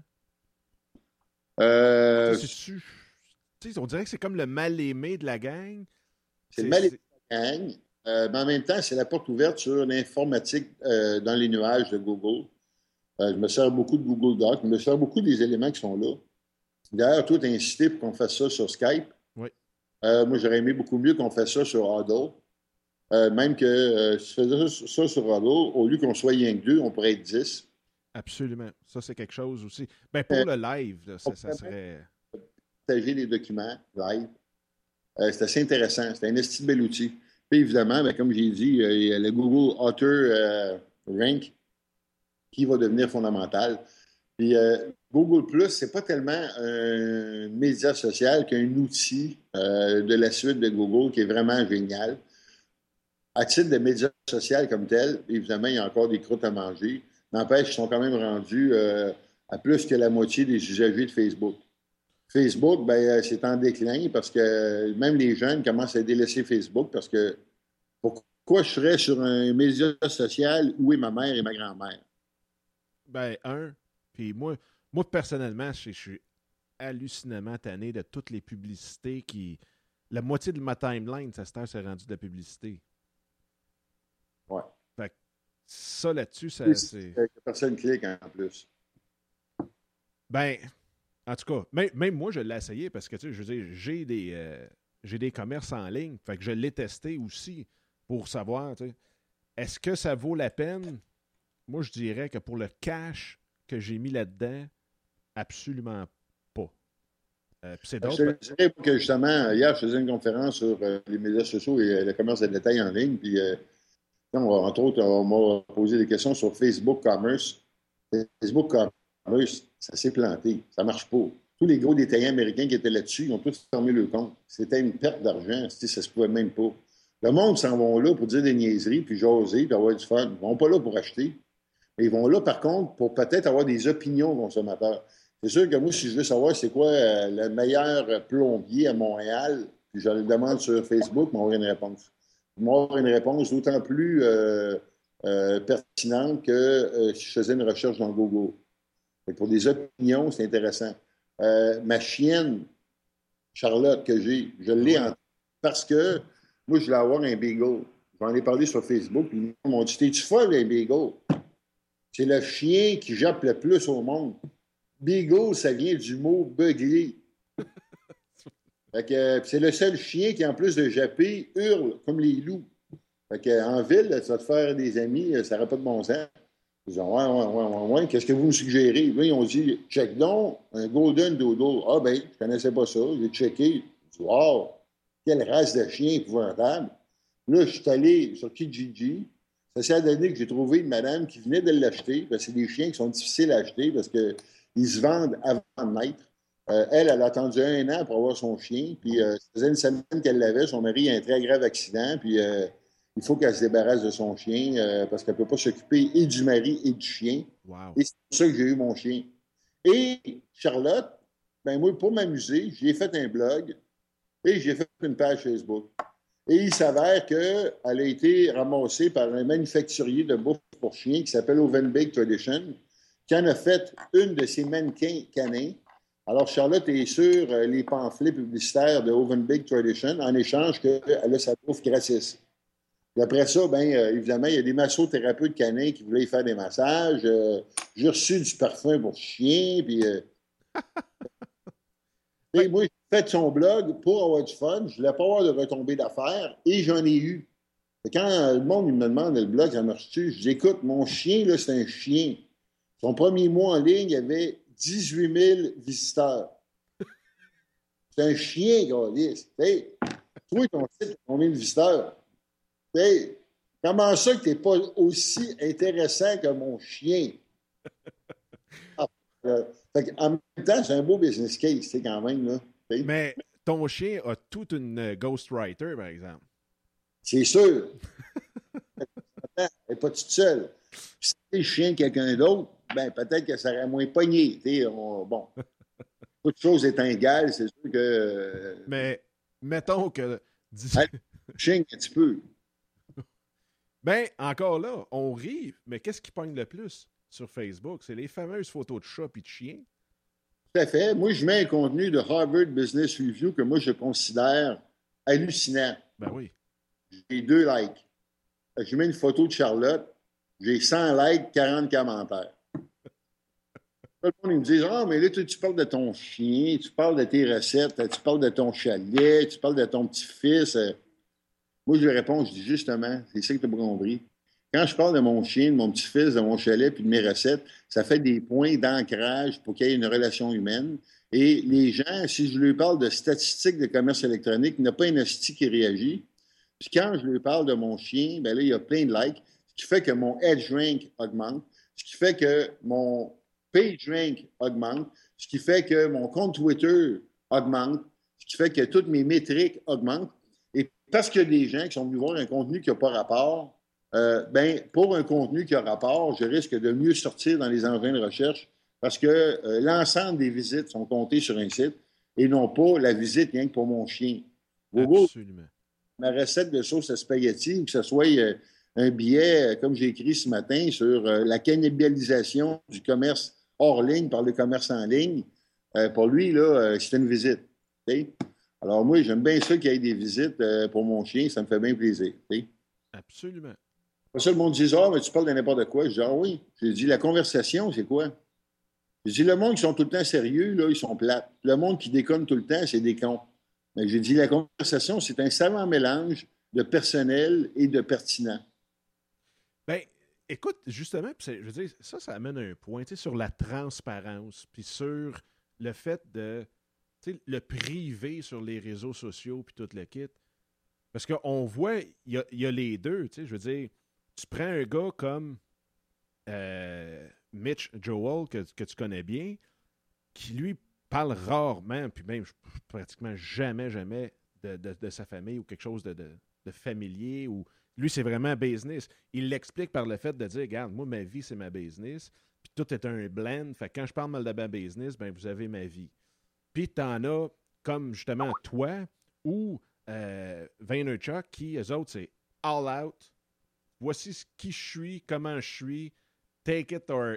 Euh, C'est-tu... Tu sais, on dirait que c'est comme le mal-aimé de la gang. c'est le mal de la gang, euh, mais en même temps, c'est la porte ouverte sur l'informatique euh, dans les nuages de Google. Euh, je me sers beaucoup de Google Docs, je me sers beaucoup des éléments qui sont là. D'ailleurs, toi, tu as incité pour qu'on fasse ça sur Skype. Oui. Euh, moi, j'aurais aimé beaucoup mieux qu'on fasse ça sur Huddle. Euh, même que euh, si je faisais ça sur Huddle, au lieu qu'on soit rien que deux, on pourrait être dix. Absolument. Ça, c'est quelque chose aussi. Ben, pour Euh, le live, là, ça, ça serait... Partager les documents live. Euh, c'est assez intéressant. C'est un esti de bel outil. Puis évidemment, ben, comme j'ai dit, euh, il y a le Google Author euh, Rank qui va devenir fondamental. Puis euh, Google plus, c'est pas tellement un média social qu'un outil euh, de la suite de Google qui est vraiment génial. À titre de média social comme tel, évidemment, il y a encore des croûtes à manger. N'empêche, ils sont quand même rendus euh, à plus que la moitié des usagers de Facebook. Facebook, ben, c'est en déclin parce que même les jeunes commencent à délaisser Facebook parce que pourquoi je serais sur un média social où est ma mère et ma grand-mère? Ben, un, puis moi, moi, personnellement, je, je suis hallucinamment tanné de toutes les publicités qui... La moitié de ma timeline, ça s'est rendu de la publicité. Ouais. Fait que ça, là-dessus, ça, Oui, c'est... Personne clique en plus. Ben, en tout cas, même, même moi, je l'ai essayé parce que, tu sais, je veux dire, j'ai des, euh, j'ai des commerces en ligne. Fait que je l'ai testé aussi pour savoir, tu sais, est-ce que ça vaut la peine? Moi, je dirais que pour le cash que j'ai mis là-dedans, absolument pas. Euh, puis c'est Je d'autres. te dirais que justement, hier, je faisais une conférence sur euh, les médias sociaux et euh, le commerce de détail en ligne. Puis, euh, on, entre autres, on m'a posé des questions sur Facebook Commerce. Facebook Commerce, ça s'est planté. Ça ne marche pas. Tous les gros détaillants américains qui étaient là-dessus, ils ont tous fermé le compte. C'était une perte d'argent. Ça ne se pouvait même pas. Le monde s'en va là pour dire des niaiseries, puis jaser, puis avoir du fun. Ils ne vont pas là pour acheter. Mais ils vont là, par contre, pour peut-être avoir des opinions consommateurs. C'est sûr que moi, si je veux savoir c'est quoi euh, le meilleur plombier à Montréal, puis je le demande sur Facebook, ils m'auront une réponse. Ils m'auront une réponse d'autant plus euh, euh, pertinente que euh, si je faisais une recherche dans Google. Fait que pour des opinions, c'est intéressant. Euh, ma chienne, Charlotte, que j'ai, je l'ai en... parce que moi, je voulais avoir un beagle. J'en ai parlé sur Facebook, puis ils m'ont dit, t'es-tu folle, un beagle? C'est le chien qui jappe le plus au monde. Beagle, ça vient du mot beugler. Fait que, c'est le seul chien qui, en plus de japper, hurle comme les loups. Fait que, en ville, ça va te faire des amis, ça n'aurait pas de bon sens. Ils disent, ouais, ouais, ouais, ouais, ouais, qu'est-ce que vous me suggérez? Là, ils ont dit, check donc, un Golden Doodle. Ah, ben, je connaissais pas ça. J'ai checké. J'ai dit, wow, quelle race de chien épouvantable. Là, je suis allé sur Kijiji. Ça s'est donné que j'ai trouvé une madame qui venait de l'acheter. C'est des chiens qui sont difficiles à acheter parce qu'ils se vendent avant de naître. Euh, elle, elle a attendu un an pour avoir son chien. Puis, euh, ça faisait une semaine qu'elle l'avait. Son mari a un très grave accident. Puis, euh, il faut qu'elle se débarrasse de son chien euh, parce qu'elle ne peut pas s'occuper et du mari et du chien. Wow. Et c'est pour ça que j'ai eu mon chien. Et Charlotte, ben moi, pour m'amuser, j'ai fait un blog et j'ai fait une page Facebook. Et il s'avère qu'elle a été ramassée par un manufacturier de bouffe pour chiens qui s'appelle Ovenbake Tradition, qui en a fait une de ses mannequins canins. Alors, Charlotte est sur les pamphlets publicitaires de Ovenbake Tradition en échange qu'elle a sa bouffe gratis. Puis après ça, bien, évidemment, il y a des massothérapeutes canins qui voulaient faire des massages. Euh, j'ai reçu du parfum pour chien. Puis, euh... et moi, j'ai fait son blog pour avoir du fun. Je ne voulais pas avoir de retombées d'affaires et j'en ai eu. Et quand le monde me demande le blog, ça marche-tu? Je dis, écoute, mon chien, là, c'est un chien. Son premier mois en ligne, il y avait dix-huit mille visiteurs. C'est un chien, Gaulis. Hey, toi, ton site, combien de visiteurs? Hey, comment ça que tu n'es pas aussi intéressant que mon chien? Ah, euh, fait en même temps, c'est un beau business case, c'est quand même. Là. Hey. Mais ton chien a toute une ghostwriter, par exemple. C'est sûr. Elle n'est pas toute seule. Si c'est le chien de quelqu'un d'autre, ben peut-être que ça aurait moins pogné. On, bon, toute chose étant égale, c'est sûr que... Euh, mais mettons que... chien un petit peu. Ben, encore là, on rit, mais qu'est-ce qui pogne le plus sur Facebook? C'est les fameuses photos de chats et de chiens. Tout à fait. Moi, je mets un contenu de Harvard Business Review que moi, je considère hallucinant. Ben oui. J'ai deux likes. Je mets une photo de Charlotte. J'ai cent likes, quarante commentaires. Tout le monde me dit « Ah, mais là, tu, tu parles de ton chien, tu parles de tes recettes, tu parles de ton chalet, tu parles de ton petit-fils. » Moi, je lui réponds, je dis justement, c'est ça que tu n'as pas compris. Quand je parle de mon chien, de mon petit-fils, de mon chalet, puis de mes recettes, ça fait des points d'ancrage pour qu'il y ait une relation humaine. Et les gens, si je lui parle de statistiques de commerce électronique, il n'y a pas un hostie qui réagit. Puis quand je lui parle de mon chien, bien là, il y a plein de likes, ce qui fait que mon edge rank augmente, ce qui fait que mon page rank augmente, ce qui fait que mon compte Twitter augmente, ce qui fait que toutes mes métriques augmentent. Et parce qu'il y a des gens qui sont venus voir un contenu qui n'a pas rapport, euh, ben, pour un contenu qui a rapport, je risque de mieux sortir dans les engins de recherche parce que euh, l'ensemble des visites sont comptées sur un site et non pas la visite rien que pour mon chien. Bobo, absolument. Ma recette de sauce à spaghetti, que ce soit euh, un billet, euh, comme j'ai écrit ce matin, sur euh, la cannibalisation du commerce hors ligne par le commerce en ligne, euh, pour lui, là, euh, c'est une visite. Okay? Alors moi, j'aime bien ça qu'il y ait des visites euh, pour mon chien, ça me fait bien plaisir. Okay? Absolument. Pour ça, le monde dit « Ah, mais tu parles de n'importe quoi. » Je dis « Ah oui. » J'ai dit « La conversation, c'est quoi? » J'ai dit « Le monde qui sont tout le temps sérieux, là, ils sont plates. Le monde qui déconne tout le temps, c'est des cons. » Mais j'ai dit « La conversation, c'est un savant mélange de personnel et de pertinent. » Ben, écoute, justement, je veux dire, ça, ça amène un point, tu sais, sur la transparence, puis sur le fait de, tu sais, le privé sur les réseaux sociaux, puis tout le kit. Parce qu'on voit, il y a, y a les deux, tu sais, je veux dire, tu prends un gars comme euh, Mitch Joel, que, que tu connais bien, qui, lui, parle rarement, puis même pratiquement jamais, jamais de, de, de sa famille ou quelque chose de, de, de familier, ou lui, c'est vraiment business. Il l'explique par le fait de dire, regarde, moi, ma vie, c'est ma business, puis tout est un blend, fait que quand je parle mal de ma business, ben vous avez ma vie. Puis t'en as, comme justement toi, ou euh, Vaynerchuk, qui, eux autres, c'est all out. Voici ce qui je suis, comment je suis, take it or...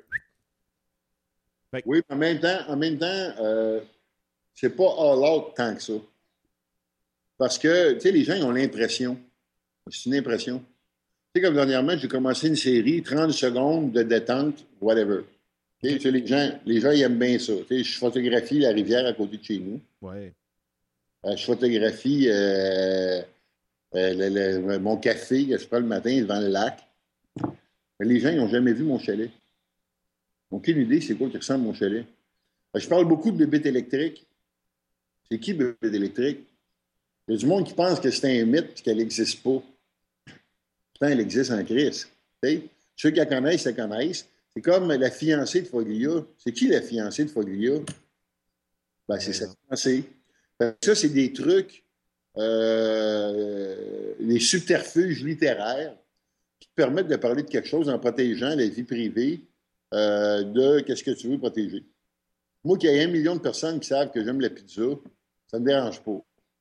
Que... Oui, en même temps, en même temps euh, c'est pas all out tant que ça. Parce que, tu sais, les gens, ils ont l'impression. C'est une impression. Tu sais, comme dernièrement, j'ai commencé une série, trente secondes de détente, whatever. Okay? Tu sais, les gens, les gens, ils aiment bien ça. Tu sais, je photographie la rivière à côté de chez nous. Ouais. Euh, je photographie euh, euh, le, le, mon café que je prends le matin devant le lac. Mais les gens, ils n'ont jamais vu mon chalet. Ils n'ont aucune idée c'est quoi qui ressemble à mon chalet. Je parle beaucoup de bébêtes électriques. C'est qui, bébête électrique? Il y a du monde qui pense que c'est un mythe et qu'elle n'existe pas. Pourtant, elle existe en crise. T'sais? Ceux qui la connaissent, la connaissent. C'est comme la fiancée de Foglia. C'est qui la fiancée de Foglia? Ben, c'est sa fiancée. Ça, c'est des trucs euh, les subterfuges littéraires qui te permettent de parler de quelque chose en protégeant la vie privée euh, de qu'est-ce que tu veux protéger. Moi, qu'il y ait un million de personnes qui savent que j'aime la pizza, ça ne me dérange pas.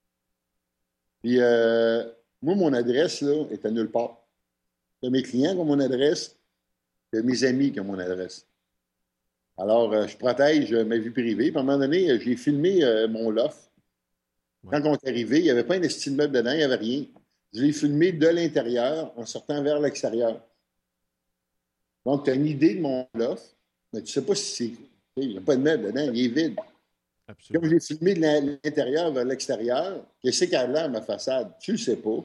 Puis, euh, moi, mon adresse, là, est à nulle part. De mes clients qui ont mon adresse, de mes amis qui ont mon adresse. Alors, euh, je protège euh, ma vie privée. Puis, à un moment donné, euh, j'ai filmé euh, mon loft. Ouais. Quand on est arrivé, il n'y avait pas un esti de meuble dedans, il n'y avait rien. Je l'ai filmé de l'intérieur en sortant vers l'extérieur. Donc, tu as une idée de mon loft, mais tu ne sais pas si c'est. Il n'y a pas de meuble dedans, il est vide. Absolument. Comme je l'ai filmé de la- l'intérieur vers l'extérieur, qu'est-ce qu'il y a là à ma façade? Tu ne le sais pas.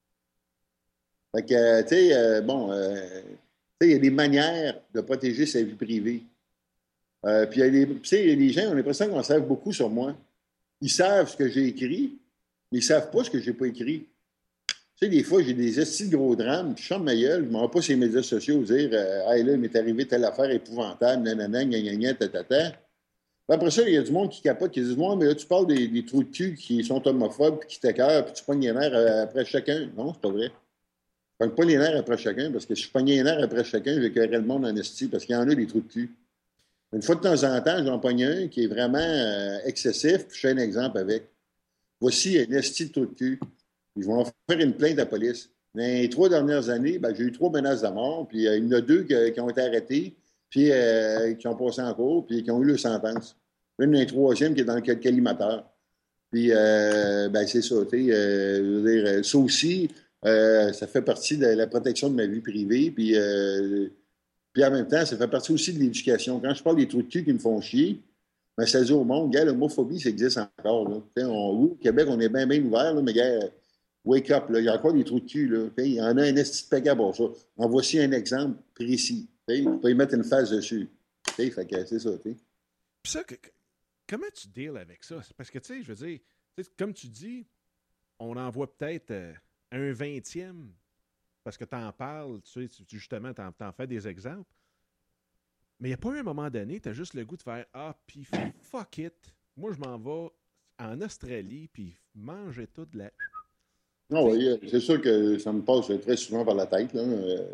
Fait que, euh, tu sais, euh, bon, euh, tu sais, il y a des manières de protéger sa vie privée. Euh, puis, il y a des, tu sais, les gens ont l'impression qu'on savent beaucoup sur moi. Ils savent ce que j'ai écrit, mais ils ne savent pas ce que j'ai pas écrit. Tu sais, des fois, j'ai des estis de gros drames, puis je chante ma gueule, je ne m'en vais pas sur les médias sociaux dire euh, hey, là, il m'est arrivé telle affaire épouvantable, nanana, gna gna gna, tatata. Puis après ça, il y a du monde qui capote, qui dit moi, mais là, tu parles des, des trous de cul qui sont homophobes, puis qui t'écœurent, puis tu pognes les nerfs euh, après chacun. Non, c'est pas vrai. Je pogne pas les nerfs après chacun, parce que si je pognais les nerfs après chacun, je vais écœurer le monde en esti, parce qu'il y en a des trous de cul. Une fois de temps en temps, j'en pogne un qui est vraiment euh, excessif, puis je fais un exemple avec. Voici un esti de trou de cul. Ils vont faire une plainte à la police. Dans les trois dernières années, ben, j'ai eu trois menaces de mort, puis euh, il y en a deux qui, qui ont été arrêtés, puis euh, qui ont passé en cours, puis qui ont eu leur sentence. Une, un troisième qui est dans le collimateur. Puis, euh, ben, c'est ça, tu sais, euh, je veux dire, ça aussi, euh, ça fait partie de la protection de ma vie privée, puis, euh, puis en même temps, ça fait partie aussi de l'éducation. Quand je parle des trous de cul qui me font chier, ben, ça dit au monde, gars, l'homophobie, ça existe encore, là. Tu sais, on, oui, au Québec, on est bien, bien ouvert, là, mais gars, wake up, là, il y a encore des trous de cul, là. Tu sais, il y en a un esti de paquet pour ça. En voici un exemple précis. Tu sais, tu peux y mettre une face dessus. Tu sais, fait que c'est ça, tu sais. Puis ça, que- que- comment tu deals avec ça? C'est parce que, tu sais, je veux dire, tu sais, comme tu dis, on en voit peut-être euh, un vingtième parce que tu en parles, tu sais, tu- tu- justement, tu en fais des exemples. Mais il n'y a pas eu un moment donné, tu as juste le goût de faire ah, puis fuck it. Moi, je m'en vais en Australie, puis manger tout de la. Non, Tu sais, oui, c'est sûr que ça me passe très souvent par la tête, là. Euh,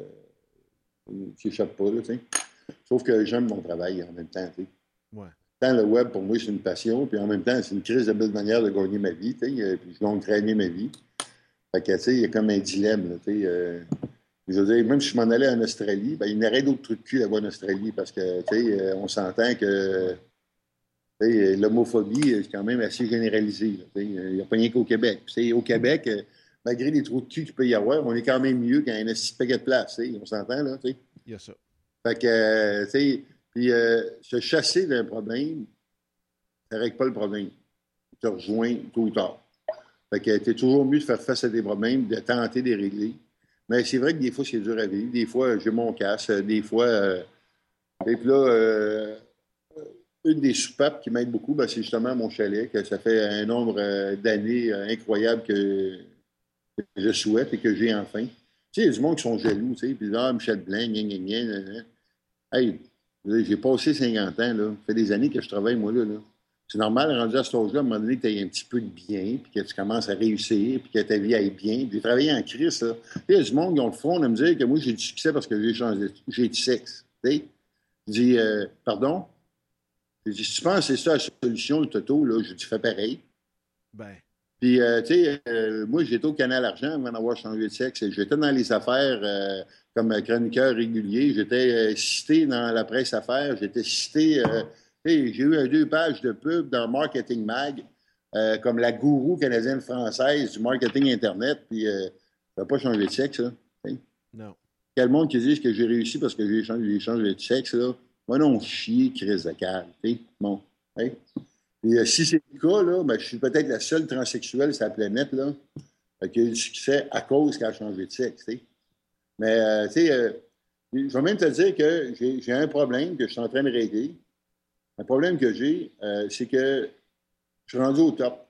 qui échappe pas, là, tu sais. Sauf que j'aime mon travail en même temps, tu sais. ouais, Tant le web, pour moi, c'est une passion, puis en même temps, c'est une crise de belle manière de gagner ma vie, tu sais, euh, puis je gagne très bien ma vie. Fait que, tu sais, il y a comme un dilemme, là, tu sais. Euh, je veux dire, même si je m'en allais en Australie, ben, il n'y aurait d'autres trucs de cul là-bas en Australie, parce que, tu sais, euh, on s'entend que, tu sais, l'homophobie, c'est quand même assez généralisé, là, tu sais. Il n'y a pas rien qu'au Québec. Puis, tu sais, au Québec, euh, malgré les trous de cul qu'il peut y avoir, on est quand même mieux qu'un esti de paquet de place, tu sais. On s'entend, là, tu sais. il y a ça. Fait que, euh, tu sais, puis euh, se chasser d'un problème, ça ne règle pas le problème. Tu te rejoins tôt ou tard. Fait que c'est toujours mieux de faire face à des problèmes, de tenter de les régler. Mais c'est vrai que des fois, c'est dur à vivre. Des fois, j'ai mon casse. Des fois, euh, et puis là, euh, une des soupapes qui m'aide beaucoup, ben, c'est justement mon chalet, que ça fait un nombre euh, d'années euh, incroyable que, que je souhaite et que j'ai enfin. Tu sais, il y a du monde qui sont jaloux, tu sais, puis là, ah, Michel Blanc, gna, gna, gna, gna, gna. Hey, j'ai passé cinquante ans, là. Ça fait des années que je travaille, moi, là. là. C'est normal, rendu à cet âge-là, à un moment donné, que tu aies un petit peu de bien, puis que tu commences à réussir, puis que ta vie aille bien. J'ai travaillé en crise, là. Il y a du monde qui ont le fond de me dire que moi, j'ai du succès parce que j'ai changé, j'ai du sexe. Tu sais? Je dis, euh, pardon? Je dis, si tu penses que c'est ça la solution, le toto, là, je dis, fais pareil. Ben, Puis, euh, tu sais, euh, moi, j'étais au Canal Argent avant d'avoir changé de sexe. J'étais dans les affaires euh, comme chroniqueur régulier. J'étais euh, cité dans la presse affaires. J'étais cité, euh, tu sais, j'ai eu un deux pages de pub dans Marketing Mag, euh, comme la gourou canadienne-française du marketing Internet. Puis, euh, ça n'a pas changé de sexe, là. Tu sais. non. Quel monde qui dit que j'ai réussi parce que j'ai changé, j'ai changé de sexe, là. Moi, non, chier, crise de cale. Tu sais. Bon. Hey. Et euh, si c'est le cas, là, ben, je suis peut-être la seule transsexuelle sur la planète là, euh, qui a eu du succès à cause qu'elle a changé de sexe. T'sais. Mais euh, tu sais, euh, je vais même te dire que j'ai, j'ai un problème que je suis en train de régler. Un problème que j'ai, euh, c'est que je suis rendu au top.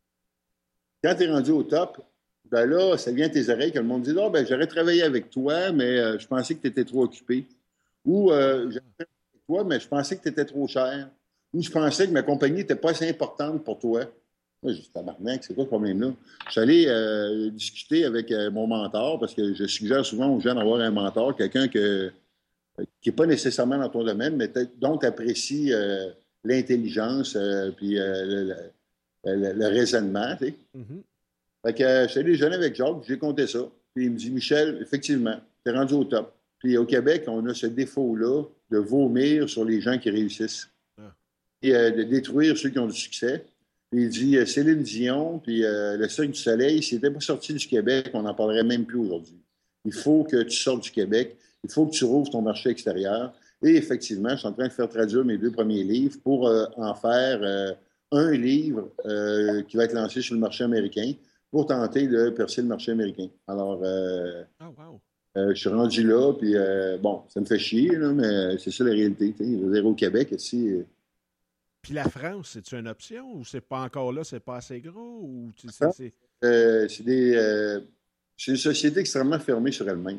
Quand tu es rendu au top, ben là, ça vient à tes oreilles que le monde dit ah, ben, j'aurais travaillé avec toi, mais euh, je pensais que tu étais trop occupé. Ou euh, j'aurais travaillé avec toi, mais je pensais que tu étais trop cher. Ou je pensais que ma compagnie n'était pas assez importante pour toi. Moi, j'ai dit, tabarnak, c'est quoi ce problème-là? Je suis allé euh, discuter avec euh, mon mentor, parce que je suggère souvent aux gens d'avoir un mentor, quelqu'un que, qui n'est pas nécessairement dans ton domaine, mais dont tu apprécies euh, l'intelligence, euh, puis euh, le, le, le, le raisonnement, tu sais. Mm-hmm. Fait que euh, je suis allé déjeuner avec Jacques, j'ai compté ça. Puis il me dit, Michel, effectivement, t'es rendu au top. Puis au Québec, on a ce défaut-là de vomir sur les gens qui réussissent Ah. et euh, de détruire ceux qui ont du succès. Puis il dit, euh, Céline Dion, puis euh, le Cirque du Soleil, s'il n'était pas sorti du Québec, on n'en parlerait même plus aujourd'hui. Il faut que tu sortes du Québec, il faut que tu rouvres ton marché extérieur. Et effectivement, je suis en train de faire traduire mes deux premiers livres pour euh, en faire euh, un livre euh, qui va être lancé sur le marché américain pour tenter de percer le marché américain. Alors, euh, Oh, wow. euh, je suis rendu là, puis euh, bon, ça me fait chier, là, mais c'est ça la réalité. Je veux dire, au Québec, ici... Euh, Puis la France, c'est-tu une option ou c'est pas encore là, c'est pas assez gros? Ou tu sais, c'est... Euh, c'est des, euh, c'est une société extrêmement fermée sur elle-même.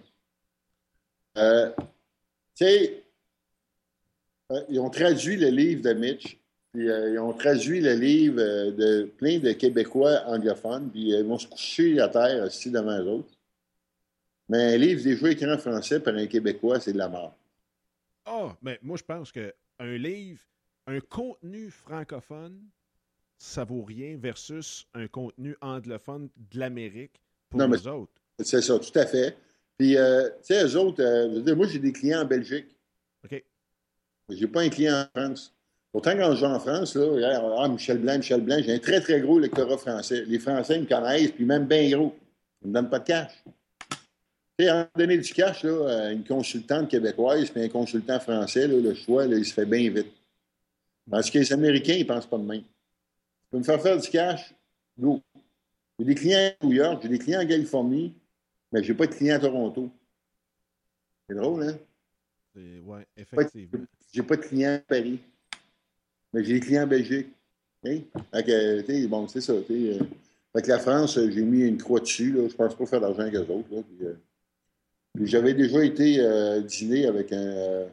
Euh, tu sais, euh, ils ont traduit le livre de Mitch, puis euh, ils ont traduit le livre euh, de plein de Québécois anglophones, puis euh, ils vont se coucher à terre assis devant eux autres. Mais un livre déjà écrit en français par un Québécois, c'est de la mort. Ah, oh, mais moi, je pense qu'un livre, un contenu francophone, ça vaut rien versus un contenu anglophone de l'Amérique pour Non, mais eux autres. c'est ça, tout à fait. Puis, euh, tu sais, eux autres, euh, je veux dire, moi, j'ai des clients en Belgique. OK. J'ai pas un client en France. Pourtant, quand je vais en France, là, ah, Michel Blanc, Michel Blanc, j'ai un très, très gros lectorat français. Les Français me connaissent, puis même bien gros. Ils ne me donnent pas de cash. Tu sais, en donner du cash là, à une consultante québécoise puis un consultant français, là, le choix, là, il se fait bien vite. Parce que les Américains, ils ne pensent pas de même. Tu peux me faire faire du cash? Go. J'ai des clients à New York, j'ai des clients en Californie, mais je n'ai pas de clients à Toronto. C'est drôle, hein? Oui, effectivement. effectivement. J'ai pas de clients à Paris, mais j'ai des clients en Belgique. Okay? Fait que, bon, c'est ça. Euh, fait que la France, j'ai mis une croix dessus. Là. Je pense pas faire d'argent avec eux autres. Là, puis, euh, puis j'avais déjà été euh, dîner avec un, euh,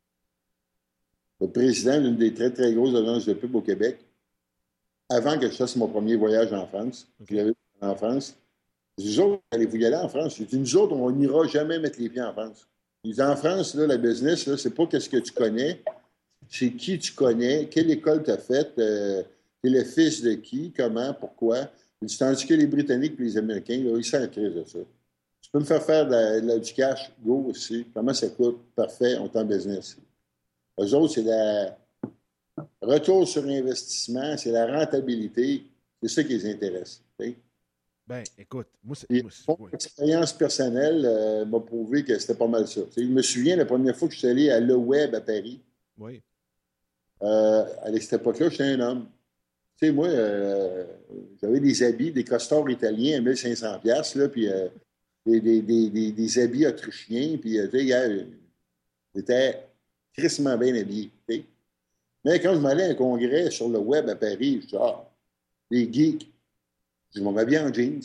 le président d'une des très, très grosses agences de pub au Québec avant que je fasse mon premier voyage en France. Okay. J'avais en France. Les autres, allez-vous y aller en France? J'ai dit, nous autres, on n'ira jamais mettre les pieds en France. Ils disent, en France, là, la business, là, c'est pas qu'est-ce que tu connais, c'est qui tu connais, quelle école tu as faite, euh, t'es le fils de qui, comment, pourquoi. Dit, tandis que les Britanniques et les Américains, là, ils s'en crise de ça. Tu peux me faire faire de la, de la, du cash, go aussi. Comment ça coûte? Parfait, on est en business. Eux autres, c'est la retour sur investissement, c'est la rentabilité. C'est ça qui les intéresse. Okay? Ben, écoute, moi, c'est. Et moi, mon oui. expérience personnelle euh, m'a prouvé que c'était pas mal ça. T'sais, je me souviens la première fois que je suis allé à Le Web à Paris. Oui. Euh, à cette époque-là, j'étais un homme. Tu sais, moi, euh, j'avais des habits, des costauds italiens à mille cinq cents dollars, là, puis euh, des, des, des, des, des habits autrichiens, puis euh, tu sais, euh, j'étais crissement bien habillé. T'sais. Mais quand je m'allais à un congrès sur le web à Paris, je dis, ah, les geeks, je m'en vais bien en jeans.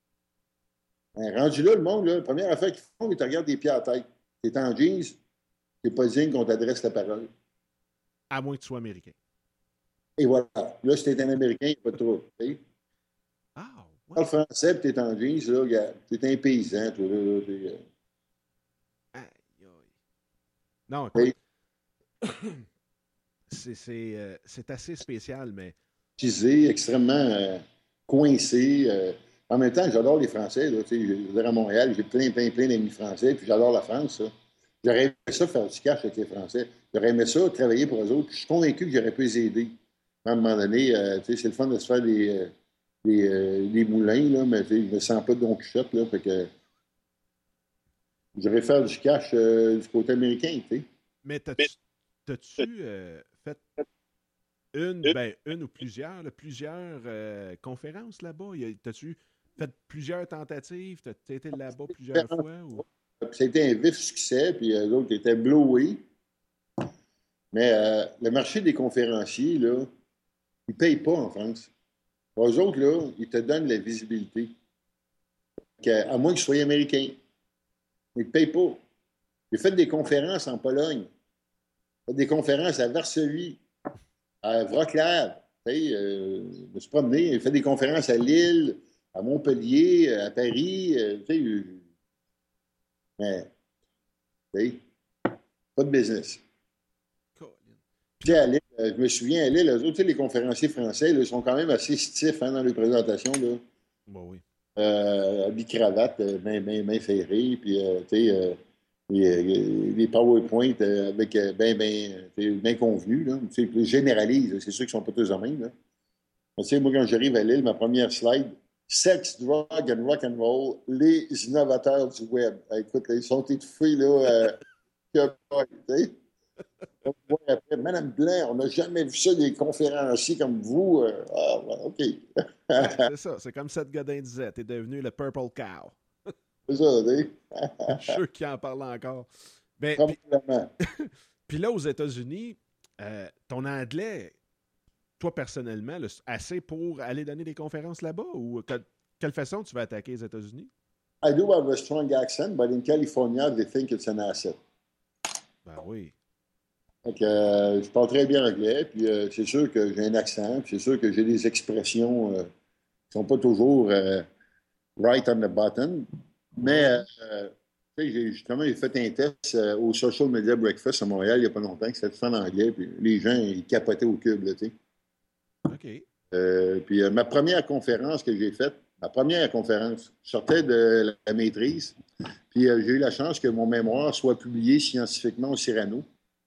Ben, rendu là, le monde, là, la première affaire qu'ils font, ils te regardent des pieds à la tête. T'es en jeans, t'es pas digne qu'on t'adresse la parole. À moins que tu sois américain. Et voilà. Là, si t'es un Américain, il n'y a pas de trouble. Ah, ouais. Tu parles français, puis t'es en jeans, là, regarde, t'es un paysan, toi, là. là t'es, euh... Aïe, aïe. Non, écoute, c'est, c'est, euh, c'est assez spécial, mais... extrêmement euh, coincé. Euh... En même temps, j'adore les Français. Là, je veux dire, à Montréal, j'ai plein, plein, plein d'amis français, puis j'adore la France. Ça. J'aurais aimé ça faire du cash avec les Français. J'aurais aimé ça travailler pour eux autres. Je suis convaincu que j'aurais pu les aider. À un moment donné, euh, c'est le fun de se faire des, euh, des, euh, des moulins, là, mais je ne me sens pas de Don Quichotte. Là, fait que j'aurais fait du cash euh, du côté américain. T'sais. Mais t'as-tu, t'as-tu euh, fait une, ben, une ou plusieurs, là, plusieurs euh, conférences là-bas? T'as-tu fait plusieurs tentatives? T'as été là-bas plusieurs fois? Ou... Ça a été un vif succès, puis les autres étaient blowés. Mais euh, le marché des conférenciers, là, ils ne payent pas en France. Eux autres, là, ils te donnent la visibilité. À moins que tu sois américain. Ils ne te payent pas. J'ai fait des conférences en Pologne. J'ai fait des conférences à Varsovie, à Wrocław. Euh, je me suis promené, j'ai fait des conférences à Lille, à Montpellier, à Paris. Euh, tu sais, mais, pas de business. Tu sais, à Lille, euh, je me souviens, à Lille, eux autres, les conférenciers français, là, ils sont quand même assez stiffs hein, dans les présentations. Là. Bah oui. Euh, habits cravate, bien ben, ben ferré, puis euh, tu sais, euh, les, les PowerPoint euh, avec bien ben, ben, ben convenus. Là. Tu sais, je généralise, c'est sûr qu'ils ne sont pas tous en même. Là. Tu sais, moi, quand j'arrive à Lille, ma première slide, Sex, Drug and Rock and Roll, les innovateurs du web. Ah, écoute, là, ils sont étouffés, là. Euh, tu sais. Après, Madame Blanc, on n'a jamais vu ça des conférenciers comme vous. Euh, ah, ouais, OK. Ouais, c'est ça. C'est comme Seth Godin disait. T'es devenu le Purple Cow. C'est ça, tu sais. Je suis sûr qu'il en parle encore. Ben, puis là, aux États-Unis, euh, ton anglais, toi personnellement, là, assez pour aller donner des conférences là-bas? Ou que, quelle façon tu vas attaquer les États-Unis? I do have a strong accent, but in California, they think it's an asset. Ben oui. Donc, euh, je parle très bien anglais, puis euh, c'est sûr que j'ai un accent, puis c'est sûr que j'ai des expressions euh, qui ne sont pas toujours euh, right on the button. Mais, euh, tu sais, j'ai, justement, j'ai fait un test euh, au Social Media Breakfast à Montréal il n'y a pas longtemps, qui s'était fait en anglais, puis les gens, ils capotaient au cube, là, tu sais. OK. Euh, puis euh, ma première conférence que j'ai faite, ma première conférence, je sortais de la maîtrise, puis euh, j'ai eu la chance que mon mémoire soit publié scientifiquement au Cyrano.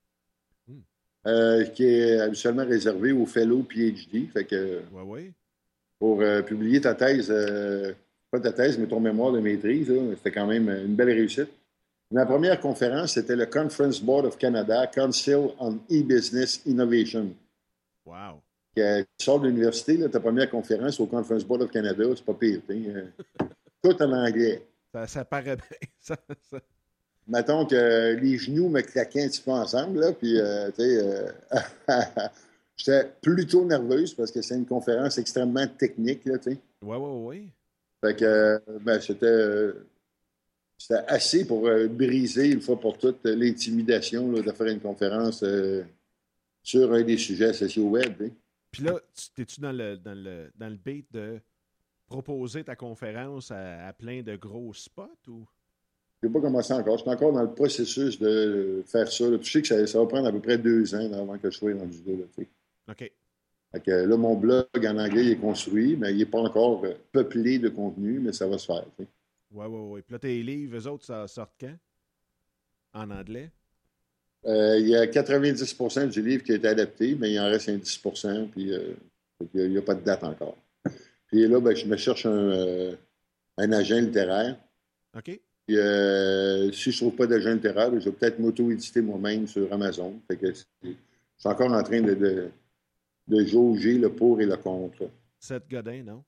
Euh, qui est habituellement réservé aux fellows P H D. Fait que ouais, ouais. pour euh, publier ta thèse, euh, pas ta thèse, mais ton mémoire de maîtrise, là, c'était quand même une belle réussite. Ma première conférence, c'était le Conference Board of Canada, Council on E-Business Innovation. Wow. Tu sors de l'université, là, ta première conférence au Conference Board of Canada, c'est pas pire. Euh, tout en anglais. Ça, ça paraît bien. Ça, ça... Mettons que les genoux me claquaient un petit peu ensemble, là, puis, euh, tu sais, euh, j'étais plutôt nerveuse parce que c'est une conférence extrêmement technique, là, tu sais. Oui, oui, oui. Fait que, ben, c'était, euh, c'était assez pour euh, briser, une fois pour toutes, l'intimidation là, de faire une conférence euh, sur un des sujets associés au web, tu sais. Puis là, t'es-tu dans le, dans, le, dans le beat de proposer ta conférence à, à plein de gros spots ou? Je n'ai pas commencé encore. Je suis encore dans le processus de faire ça. Là. Puis je sais que ça, ça va prendre à peu près deux ans là, avant que je sois rendu là. là OK. Fait que, là, mon blog en anglais il est construit, mais il n'est pas encore euh, peuplé de contenu, mais ça va se faire. Oui, oui, oui. Puis là, tes livres, eux autres, ça sortent quand? En anglais? Euh, il y a quatre-vingt-dix pour cent du livre qui a été adapté, mais il en reste un dix pour cent, puis euh, il n'y a, a pas de date encore. Puis là, ben, je me cherche un, euh, un agent littéraire. OK. Puis, euh, si je ne trouve pas d'agent littéraire, je vais peut-être m'auto-éditer moi-même sur Amazon. Fait que je suis encore en train de, de, de jauger le pour et le contre. Seth Godin, non?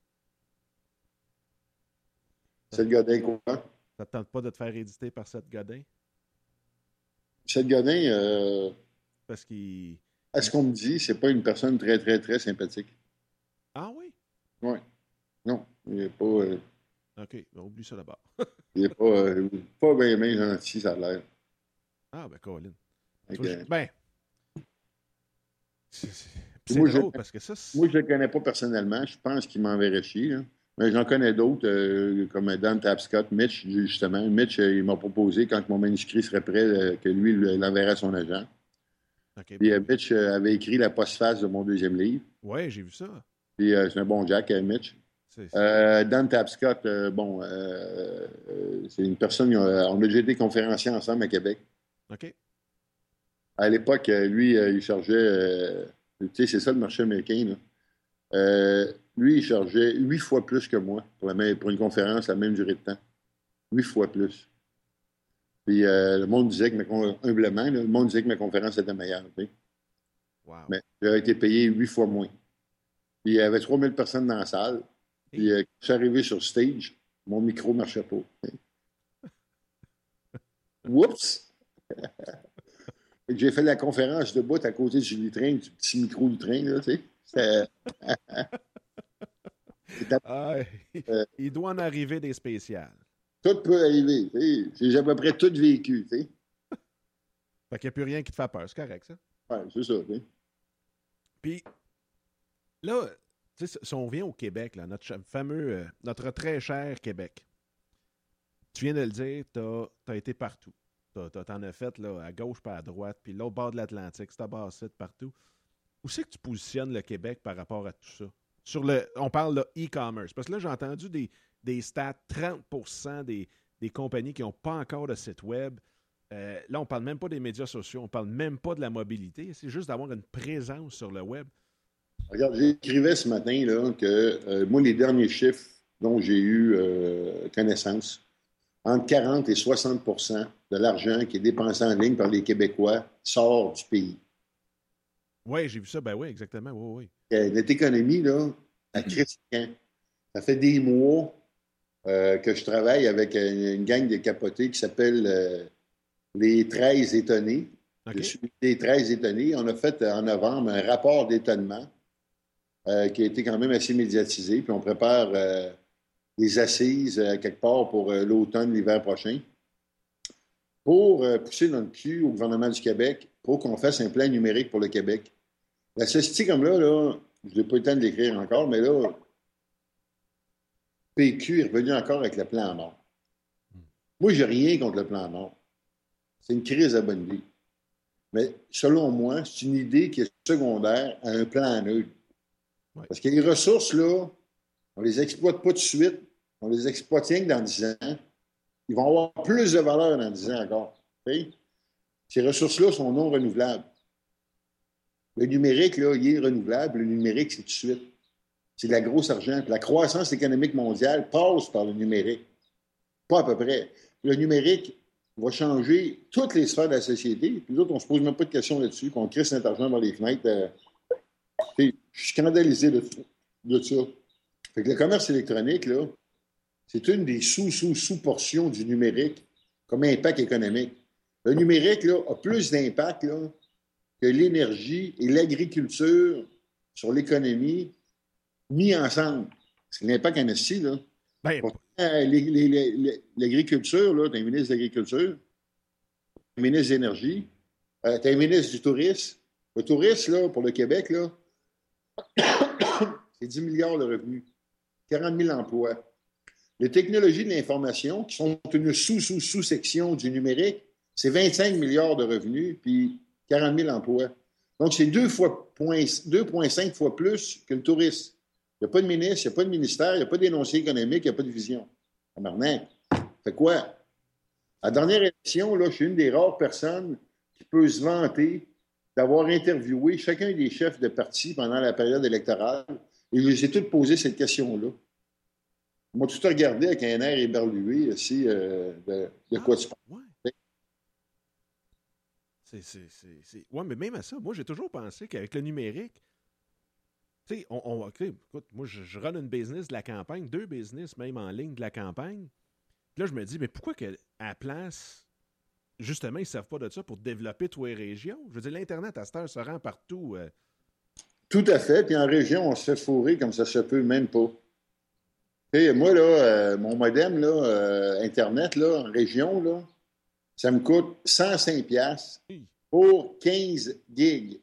Seth Godin, quoi? Ça ne te tente pas de te faire éditer par Seth Godin? Seth Godin, euh, parce qu'il... à ce qu'on me dit, c'est pas une personne très, très, très sympathique. Ah oui? Oui. Non, il n'est pas... Euh, OK, on oublie ça là-bas. il n'est pas, euh, pas bien, bien gentil, ça a l'air. Ah, ben, Colin. Okay. Je... Ben... C'est, c'est moi, drôle je, parce que ça... C'est... Moi, je ne le connais pas personnellement. Je pense qu'il m'enverrait chier. Là. Mais j'en connais d'autres, euh, comme Dan Tapscott, Mitch, justement. Mitch, euh, il m'a proposé, quand mon manuscrit serait prêt, euh, que lui l'enverrait à son agent. Okay, Puis euh, Mitch euh, avait écrit la postface de mon deuxième livre. Oui, j'ai vu ça. Puis euh, c'est un bon Jack, euh, Mitch. C'est, c'est... Euh, Dan Tapscott, euh, bon, euh, c'est une personne, on a déjà été conférenciers ensemble à Québec. OK. À l'époque, lui, il chargeait, euh, tu sais, c'est ça le marché américain, là. Euh, lui, il chargeait huit fois plus que moi pour, la même, pour une conférence à la même durée de temps. Huit fois plus. Puis euh, le monde disait que, ma, humblement, là, le monde disait que ma conférence était meilleure. Tu sais. Wow. Mais j'avais été payé huit fois moins. Puis il y avait trois mille personnes dans la salle. Puis euh, quand je suis arrivé sur stage, mon micro ne marchait pas. Oups! J'ai fait la conférence debout à côté du lutrin, du petit micro lutrin, là, tu sais. C'était... ah, euh, il doit en arriver des spéciales. Tout peut arriver. Tu sais. J'ai à peu près tout vécu. Tu sais. Fait qu'il n'y a plus rien qui te fait peur. C'est correct, ça? Oui, c'est ça. Tu sais. Puis, là, tu sais, si on vient au Québec, là, notre fameux, euh, notre très cher Québec, tu viens de le dire, tu as été partout. Tu en as fait là, à gauche pas à droite, puis l'autre bord de l'Atlantique, c'est à basse partout. Où c'est que tu positionnes le Québec par rapport à tout ça? Sur le, on parle de e-commerce. Parce que là, j'ai entendu des, des stats, trente pour cent des, des compagnies qui n'ont pas encore de site web. Euh, là, on ne parle même pas des médias sociaux, on ne parle même pas de la mobilité. C'est juste d'avoir une présence sur le web. Regarde, j'écrivais ce matin là, que euh, moi, les derniers chiffres dont j'ai eu euh, connaissance, entre quarante et soixante pour cent de l'argent qui est dépensé en ligne par les Québécois sort du pays. Oui, j'ai vu ça. Ben oui, exactement. Oui, oui. Notre économie, là, à Christian, ça fait des mois euh, que je travaille avec une gang de capotés qui s'appelle euh, les treize étonnés. Okay. Je suis les treize étonnés. On a fait en novembre un rapport d'étonnement euh, qui a été quand même assez médiatisé. Puis on prépare euh, des assises euh, quelque part pour euh, l'automne, l'hiver prochain, pour euh, pousser dans le cul au gouvernement du Québec pour qu'on fasse un plan numérique pour le Québec. La société comme là, là je n'ai pas eu le temps de l'écrire encore, mais là, P Q est revenu encore avec le plan Nord. Moi, je n'ai rien contre le plan Nord. C'est une crise à bonne vie. Mais selon moi, c'est une idée qui est secondaire à un plan neutre. Ouais. Parce que les ressources, là, on ne les exploite pas tout de suite. On les exploite rien que dans dix ans. Ils vont avoir plus de valeur dans dix ans encore. Okay? Ces ressources-là sont non renouvelables. Le numérique, là, il est renouvelable. Le numérique, c'est tout de suite. C'est de la grosse argent. Puis la croissance économique mondiale passe par le numérique. Pas à peu près. Le numérique va changer toutes les sphères de la société. Puis nous autres, on ne se pose même pas de questions là-dessus, qu'on crée cet argent dans les fenêtres. Euh, je suis scandalisé de, de ça. Fait que le commerce électronique, là, c'est une des sous-sous-sous-portions du numérique comme impact économique. Le numérique là, a plus d'impact là, que l'énergie et l'agriculture sur l'économie mis ensemble. C'est l'impact en ici, là. Ben, Pourtant, les, les, les, l'agriculture, là, tu as un ministre de l'Agriculture, un ministre de l'Énergie, euh, tu as un ministre du Tourisme. Le tourisme, là, pour le Québec, là, c'est dix milliards de revenus, quarante mille emplois. Les technologies de l'information, qui sont une sous-sous-sous-section du numérique, c'est vingt-cinq milliards de revenus, puis quarante mille emplois. Donc, c'est deux virgule cinq fois plus que le tourisme. Il n'y a pas de ministre, il n'y a pas de ministère, il n'y a pas d'énoncé économique, il n'y a pas de vision. Tabarnak. Fait quoi? À la dernière élection, là, je suis une des rares personnes qui peut se vanter d'avoir interviewé chacun des chefs de parti pendant la période électorale, et je les ai tous posé cette question-là. Ils m'ont tout regardé avec un air éberlué aussi euh, de, de quoi ah, tu parles. Ouais. C'est, c'est, c'est, c'est... ouais, mais même à ça, moi, j'ai toujours pensé qu'avec le numérique, tu sais, on, on okay, écoute, moi, je, je run une business de la campagne, deux business même en ligne de la campagne. Puis là, je me dis, mais pourquoi qu'à la place, justement, ils ne savent pas de ça pour développer toutes les régions? Je veux dire, l'Internet, à cette heure, se rend partout. Euh... Tout à fait. Puis en région, on se fait fourrer comme ça se peut même pas. T'sais, moi, là, euh, mon modem, là, euh, Internet, là, en région, là, ça me coûte cent cinq dollars pour quinze gigs.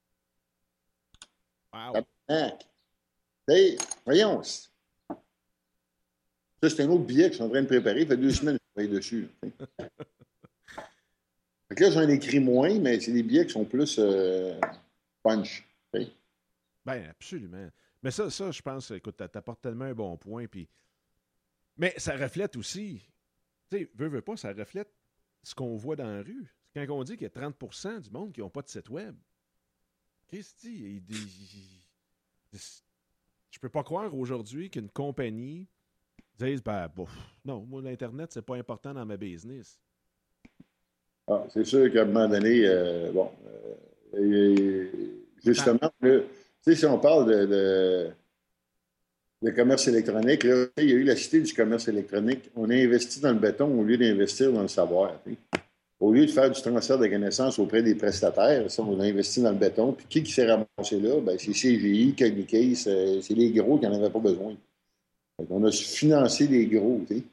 Wow. Hey, voyons. Ça, c'est un autre billet que je suis en train de préparer. Ça fait deux semaines que je travaille dessus. Là, fait que là, j'en écris moins, mais c'est des billets qui sont plus euh, punch. T'sais. Ben, absolument. Mais ça, ça, je pense, écoute, t'apportes tellement un bon point. Puis... Mais ça reflète aussi, tu sais, veux, veux pas, ça reflète ce qu'on voit dans la rue. Quand on dit qu'il y a trente pour cent du monde qui n'ont pas de site web, qu'est-ce que tu dis? Je peux pas croire aujourd'hui qu'une compagnie dise, ben, bof, non, moi, l'Internet, c'est pas important dans ma business. Ah, c'est sûr qu'à un moment donné, euh, bon, euh, justement, le, tu sais, si on parle de, de, de commerce électronique, là, il y a eu la cité du commerce électronique. On a investi dans le béton au lieu d'investir dans le savoir. T'sais. Au lieu de faire du transfert de connaissances auprès des prestataires, ça, on a investi dans le béton. Puis qui, qui s'est ramassé là? Ben, c'est C G I, Cognicase, c'est, c'est les gros qui n'en avaient pas besoin. Donc, on a financé les gros. T'sais.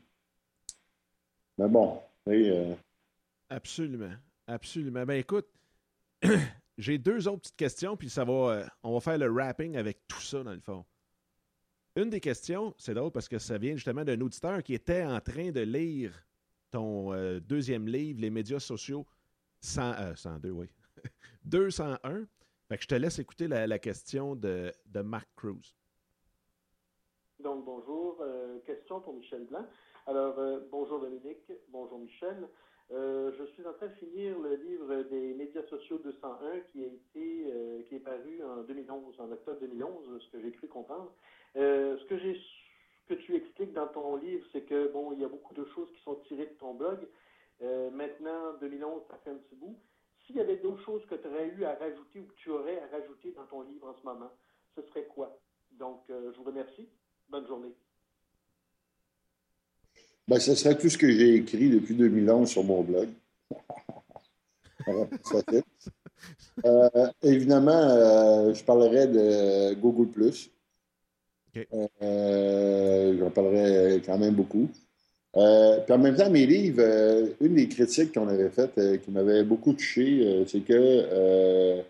Mais bon, euh... absolument. Absolument. Ben écoute, j'ai deux autres petites questions, puis ça va, euh, on va faire le wrapping avec tout ça, dans le fond. Une des questions, c'est drôle parce que ça vient justement d'un auditeur qui était en train de lire ton euh, deuxième livre, Les médias sociaux, cent, euh, cent deux, oui. deux cent un. Fait que je te laisse écouter la, la question de, de Mark Cruz. Donc, bonjour. Euh, question pour Michel Blanc. Alors, euh, bonjour Dominique, bonjour Michel. Euh, je suis en train de finir le livre des médias sociaux deux cent un qui a été, euh, qui est paru en deux mille onze, en octobre deux mille onze, ce que j'ai cru comprendre. Euh, ce que j'ai, ce que tu expliques dans ton livre, c'est que bon, il y a beaucoup de choses qui sont tirées de ton blog. Euh, maintenant, deux mille onze, ça fait un petit bout. S'il y avait d'autres choses que tu aurais eu à rajouter ou que tu aurais à rajouter dans ton livre en ce moment, ce serait quoi? Donc, euh, je vous remercie. Bonne journée. Ben, ce serait tout ce que j'ai écrit depuis deux mille onze sur mon blog. euh, évidemment, euh, je parlerai de Google plus. Okay. Euh, j'en parlerai quand même beaucoup. Euh, puis en même temps, mes livres, euh, une des critiques qu'on avait faites euh, qui m'avait beaucoup touché, euh, c'est que euh,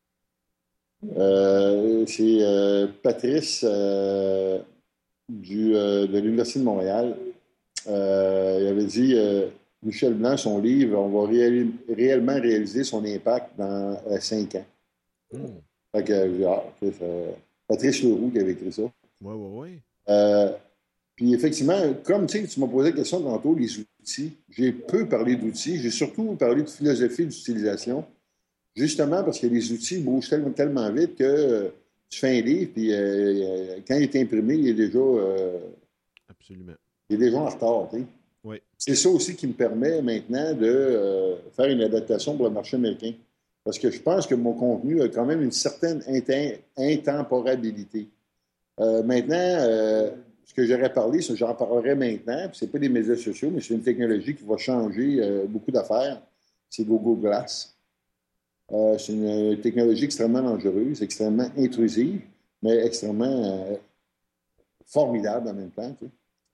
euh, c'est euh, Patrice euh, du, euh, de l'Université de Montréal. Euh, il avait dit euh, Michel Blanc, son livre, on va réali- réellement réaliser son impact dans euh, cinq ans. Mm. Fait que, ah, okay, ça, Patrice Leroux qui avait écrit ça. Oui, oui, oui. Euh, Puis effectivement, comme tu m'as posé la question tantôt, les outils, j'ai peu parlé d'outils, j'ai surtout parlé de philosophie d'utilisation, justement parce que les outils bougent tellement, tellement vite que euh, tu fais un livre, puis euh, quand il est imprimé, il est déjà, euh, Absolument. Il est déjà en retard. Tu sais. Oui. C'est ça aussi qui me permet maintenant de euh, faire une adaptation pour le marché américain. Parce que je pense que mon contenu a quand même une certaine inten- intemporalité. Euh, maintenant, euh, ce que j'aurais parlé, c'est j'en parlerai maintenant, puis c'est pas des médias sociaux, mais c'est une technologie qui va changer euh, beaucoup d'affaires. C'est Google Glass. Euh, c'est une technologie extrêmement dangereuse, extrêmement intrusive, mais extrêmement euh, formidable en même temps. Tu sais.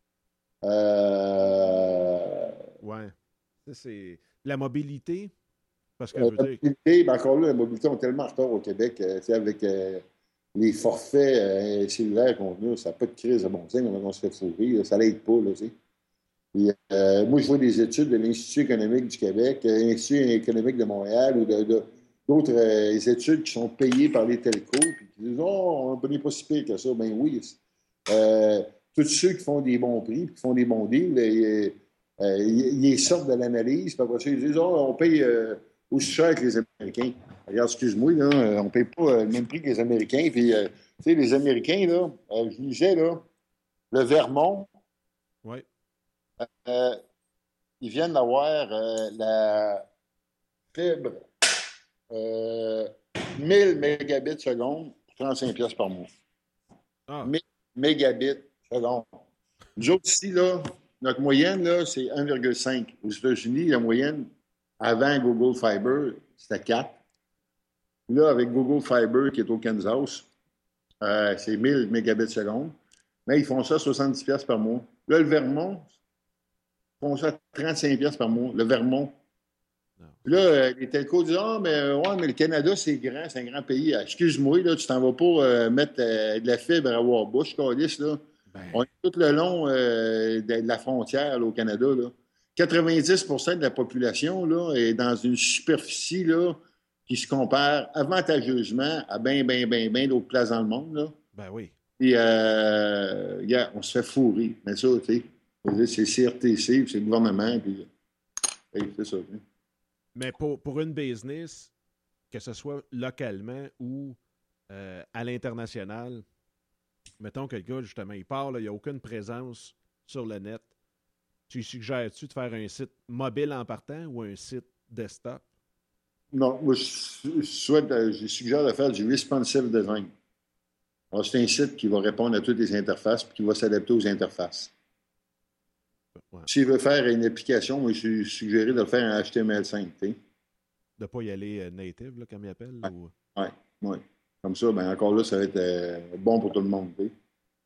Euh... Ouais. Ça, c'est la mobilité. Parce que la je veux mobilité, dire... ben encore là, la mobilité, on est tellement en retard au Québec, euh, avec euh, les forfaits euh, cellulaires qu'on a, ça n'a pas de crise de bon sens, on se fait fourrer, là, ça l'aide pas. Là, Et, euh, moi, je vois des études de l'Institut économique du Québec, l'Institut économique de Montréal ou de, de, d'autres euh, études qui sont payées par les telcos, puis qui disent oh, on n'est pas si pire que ça. Ben oui. Euh, tous ceux qui font des bons prix, qui font des bons deals, ils, euh, ils, ils sortent de l'analyse, puis après ça, ils disent oh, on paye euh, aussi cher que les Américains. Regarde, excuse-moi, là, on ne paye pas le même prix que les Américains. Puis, euh, tu sais, les Américains, là, euh, je disais, là, le Vermont, oui. euh, ils viennent d'avoir euh, la fibre euh, mille mégabits seconde pour trente-cinq piastres par mois. Ah. mille mégabits seconde. Nous autres, ici, là, notre moyenne, là, c'est un virgule cinq. Aux États-Unis, la moyenne, avant Google Fiber, c'était quatre. Là, avec Google Fiber, qui est au Kansas, euh, c'est mille mégabits seconde. Mais ils font ça à soixante-dix piastres par mois. Là, le Vermont, ils font ça à trente-cinq piastres par mois. Le Vermont. Non. Là, euh, les telcos disent Ah, oh, mais, ouais, mais le Canada, c'est grand, c'est un grand pays. Excuse-moi, là, tu t'en vas pas euh, mettre euh, de la fibre à Warbush, Calice, là. Ben... On est tout le long euh, de, de la frontière là, au Canada. Là. quatre-vingt-dix pour cent de la population là, est dans une superficie là, qui se compare avantageusement à bien, bien, bien, bien d'autres places dans le monde. Là. Ben oui. Et euh, yeah, on se fait fourrer. Mais ça, tu sais, c'est C R T C, c'est le gouvernement, puis hey, c'est ça. T'sais. Mais pour, pour une business, que ce soit localement ou euh, à l'international, mettons que le gars, justement, il part, là, il n'y a aucune présence sur le net. Tu lui suggères-tu de faire un site mobile en partant ou un site desktop? Non, moi, je, je, souhaite, je suggère de faire du responsive design. Alors, c'est un site qui va répondre à toutes les interfaces et qui va s'adapter aux interfaces. Ouais. S'il veut faire une application, moi, je suggérerais de le faire en H T M L cinq. T'sais. De ne pas y aller euh, native, là, comme il appelle? Oui, ou... ouais, ouais. Comme ça, ben, encore là, ça va être euh, bon pour tout le monde. T'sais.